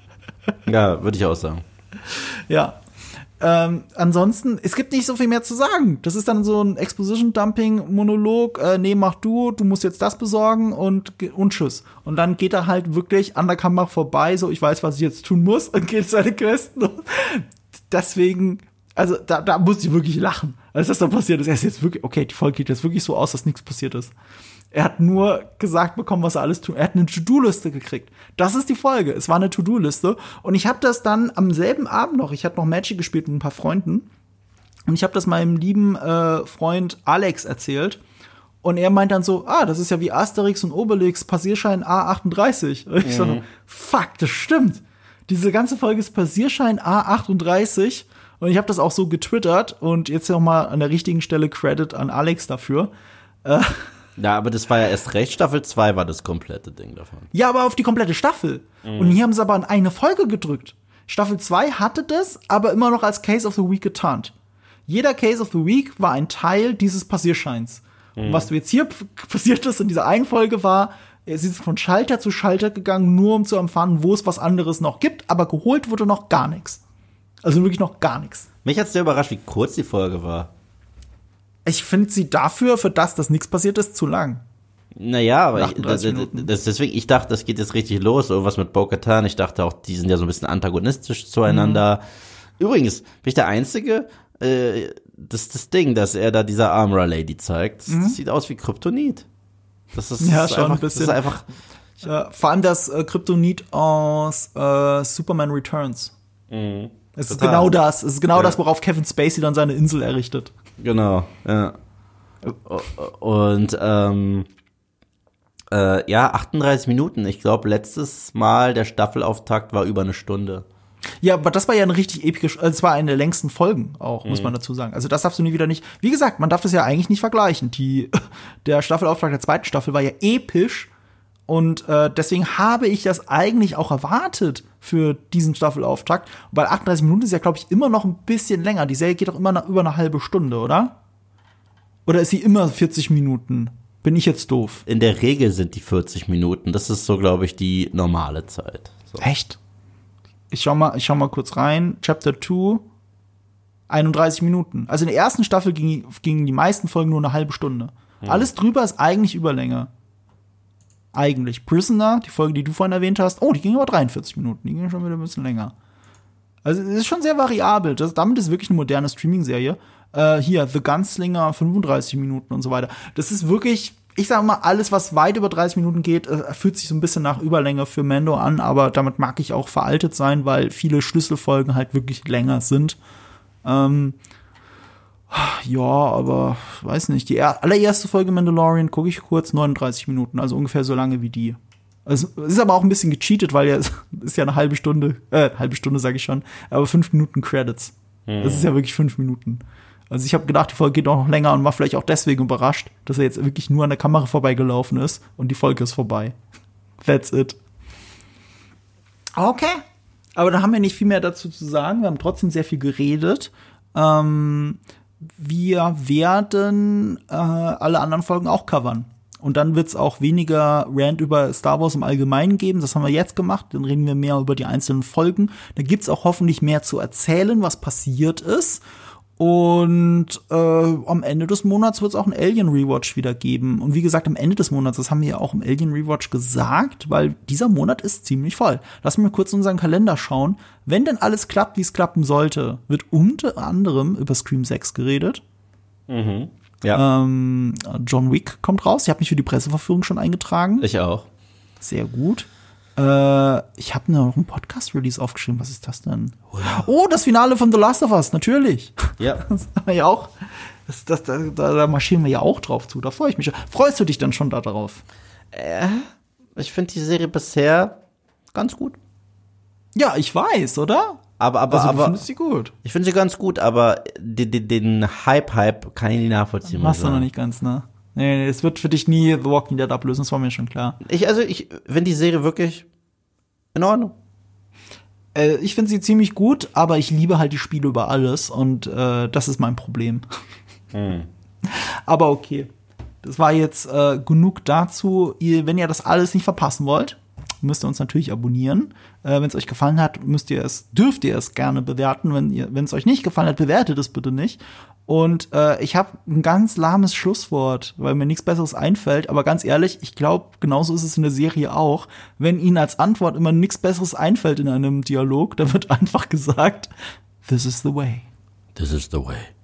Ja, würde ich auch sagen. Ja. Ähm, ansonsten, es gibt nicht so viel mehr zu sagen. Das ist dann so ein Exposition-Dumping-Monolog. Äh, nee, mach du, du musst jetzt das besorgen und, und tschüss. Und dann geht er halt wirklich an der Kamera vorbei, so, ich weiß, was ich jetzt tun muss, und geht seine Questen. Deswegen, also da, da musste ich wirklich lachen. als das dann passiert ist. Er ist jetzt wirklich, okay, die Folge geht jetzt wirklich so aus, dass nichts passiert ist. Er hat nur gesagt bekommen, was er alles tut. Er hat eine To-Do-Liste gekriegt. Das ist die Folge. Es war eine To-Do-Liste. Und ich habe das dann am selben Abend noch, ich hatte noch Magic gespielt mit ein paar Freunden. Und ich habe das meinem lieben äh, Freund Alex erzählt. Und er meint dann so, ah, das ist ja wie Asterix und Obelix, Passierschein A achtunddreißig. Und ich mhm. so, fuck, das stimmt. Diese ganze Folge ist Passierschein A achtunddreißig. Und ich habe das auch so getwittert. Und jetzt noch mal an der richtigen Stelle Credit an Alex dafür. Äh, Ja, aber das war ja erst recht, Staffel zwei war das komplette Ding davon. Ja, aber auf die komplette Staffel. Mhm. Und hier haben sie aber an eine Folge gedrückt. Staffel zwei hatte das, aber immer noch als Case of the Week getarnt. Jeder Case of the Week war ein Teil dieses Passierscheins. Mhm. Und was du jetzt hier p- passiert ist in dieser einen Folge war, es ist von Schalter zu Schalter gegangen, nur um zu erfahren, wo es was anderes noch gibt, aber geholt wurde noch gar nichts. Also wirklich noch gar nichts. Mich hat's sehr überrascht, wie kurz die Folge war. Ich finde sie dafür, für das, dass nichts passiert ist, zu lang. Naja, aber ich, das, das, deswegen, ich dachte, das geht jetzt richtig los, irgendwas mit Bo-Katan. Ich dachte auch, die sind ja so ein bisschen antagonistisch zueinander. Mhm. Übrigens, bin ich der Einzige, äh, das das Ding, dass er da dieser Armor Lady zeigt, das, mhm. das sieht aus wie Kryptonit. Das ist, ja, das ist schon einfach, ein bisschen. Das ist einfach äh, vor allem das äh, Kryptonit aus äh, Superman Returns. Mhm. Es ist Total. genau das. Es ist genau ja. das, worauf Kevin Spacey dann seine Insel errichtet. Genau, ja. Und ähm, äh, ja, achtunddreißig Minuten. Ich glaube, letztes Mal der Staffelauftakt war über eine Stunde. Ja, aber das war ja eine richtig epische, also es war eine der längsten Folgen auch, muss mhm. man dazu sagen. Also das darfst du nie wieder nicht, wie gesagt, man darf das ja eigentlich nicht vergleichen. Die, der Staffelauftakt der zweiten Staffel war ja episch und äh, deswegen habe ich das eigentlich auch erwartet für diesen Staffelauftakt, weil achtunddreißig Minuten ist ja, glaube ich, immer noch ein bisschen länger. Die Serie geht doch immer nach über eine halbe Stunde, oder? Oder ist sie immer vierzig Minuten? Bin ich jetzt doof? In der Regel sind die vierzig Minuten. Das ist so, glaube ich, die normale Zeit. So. Echt? Ich schau mal, ich schau mal kurz rein. Chapter zwei, einunddreißig Minuten. Also in der ersten Staffel ging, gingen die meisten Folgen nur eine halbe Stunde. Hm. Alles drüber ist eigentlich Überlänge. Eigentlich. Prisoner, die Folge, die du vorhin erwähnt hast, oh, die ging aber dreiundvierzig Minuten. Die ging schon wieder ein bisschen länger. Also es ist schon sehr variabel. Das, damit ist wirklich eine moderne Streaming-Serie. Äh, hier, The Gunslinger, fünfunddreißig Minuten und so weiter. Das ist wirklich, ich sag mal, alles, was weit über dreißig Minuten geht, äh, fühlt sich so ein bisschen nach Überlänge für Mando an, aber damit mag ich auch veraltet sein, weil viele Schlüsselfolgen halt wirklich länger sind. Ähm, ja, aber weiß nicht. Die er- allererste Folge Mandalorian gucke ich kurz, neununddreißig Minuten, also ungefähr so lange wie die. Also, es ist aber auch ein bisschen gecheatet, weil ja es ist ja eine halbe Stunde, äh, halbe Stunde sage ich schon, aber fünf Minuten Credits. Mhm. Das ist ja wirklich fünf Minuten. Also ich habe gedacht, die Folge geht auch noch länger und war vielleicht auch deswegen überrascht, dass er jetzt wirklich nur an der Kamera vorbeigelaufen ist und die Folge ist vorbei. That's it. Okay. Aber da haben wir nicht viel mehr dazu zu sagen. Wir haben trotzdem sehr viel geredet. Ähm, wir werden äh, alle anderen Folgen auch covern. Und dann wird's auch weniger Rant über Star Wars im Allgemeinen geben. Das haben wir jetzt gemacht. Dann reden wir mehr über die einzelnen Folgen. Da gibt's auch hoffentlich mehr zu erzählen, was passiert ist. Und äh, am Ende des Monats wird es auch einen Alien-Rewatch wieder geben. Und wie gesagt, am Ende des Monats, das haben wir ja auch im Alien-Rewatch gesagt, weil dieser Monat ist ziemlich voll. Lass mich mal kurz in unseren Kalender schauen. Wenn denn alles klappt, wie es klappen sollte, wird unter anderem über Scream sechs geredet. Mhm. Ja. Ähm, John Wick kommt raus. Ich habe mich für die Presseverführung schon eingetragen. Ich auch. Sehr gut. Äh, ich habe noch einen Podcast-Release aufgeschrieben. Was ist das denn? Oh, das Finale von The Last of Us, natürlich. Ja. Das haben wir ja auch. Das, das, da, da marschieren wir ja auch drauf zu. Da freue ich mich schon. Freust du dich dann schon da drauf? Äh, ich finde die Serie bisher ganz gut. Ja, ich weiß, oder? Aber, aber, also, du aber. findest sie gut. Ich finde sie ganz gut, aber den, den, den Hype-Hype kann ich nicht nachvollziehen. Machst du noch nicht ganz, ne? Nee, nee, es wird für dich nie The Walking Dead ablösen, das war mir schon klar. Ich, also, ich finde die Serie wirklich in Ordnung. Äh, ich finde sie ziemlich gut, aber ich liebe halt die Spiele über alles und äh, das ist mein Problem. Hm. Aber okay. Das war jetzt äh, genug dazu. Ihr, wenn ihr das alles nicht verpassen wollt, müsst ihr uns natürlich abonnieren. Äh, wenn es euch gefallen hat, müsst ihr es, dürft ihr es gerne bewerten. Wenn ihr, wenn es euch nicht gefallen hat, bewertet es bitte nicht. Und äh, ich habe ein ganz lahmes Schlusswort, weil mir nichts Besseres einfällt. Aber ganz ehrlich, ich glaube, genauso ist es in der Serie auch. Wenn ihnen als Antwort immer nichts Besseres einfällt in einem Dialog, dann wird einfach gesagt, this is the way. This is the way.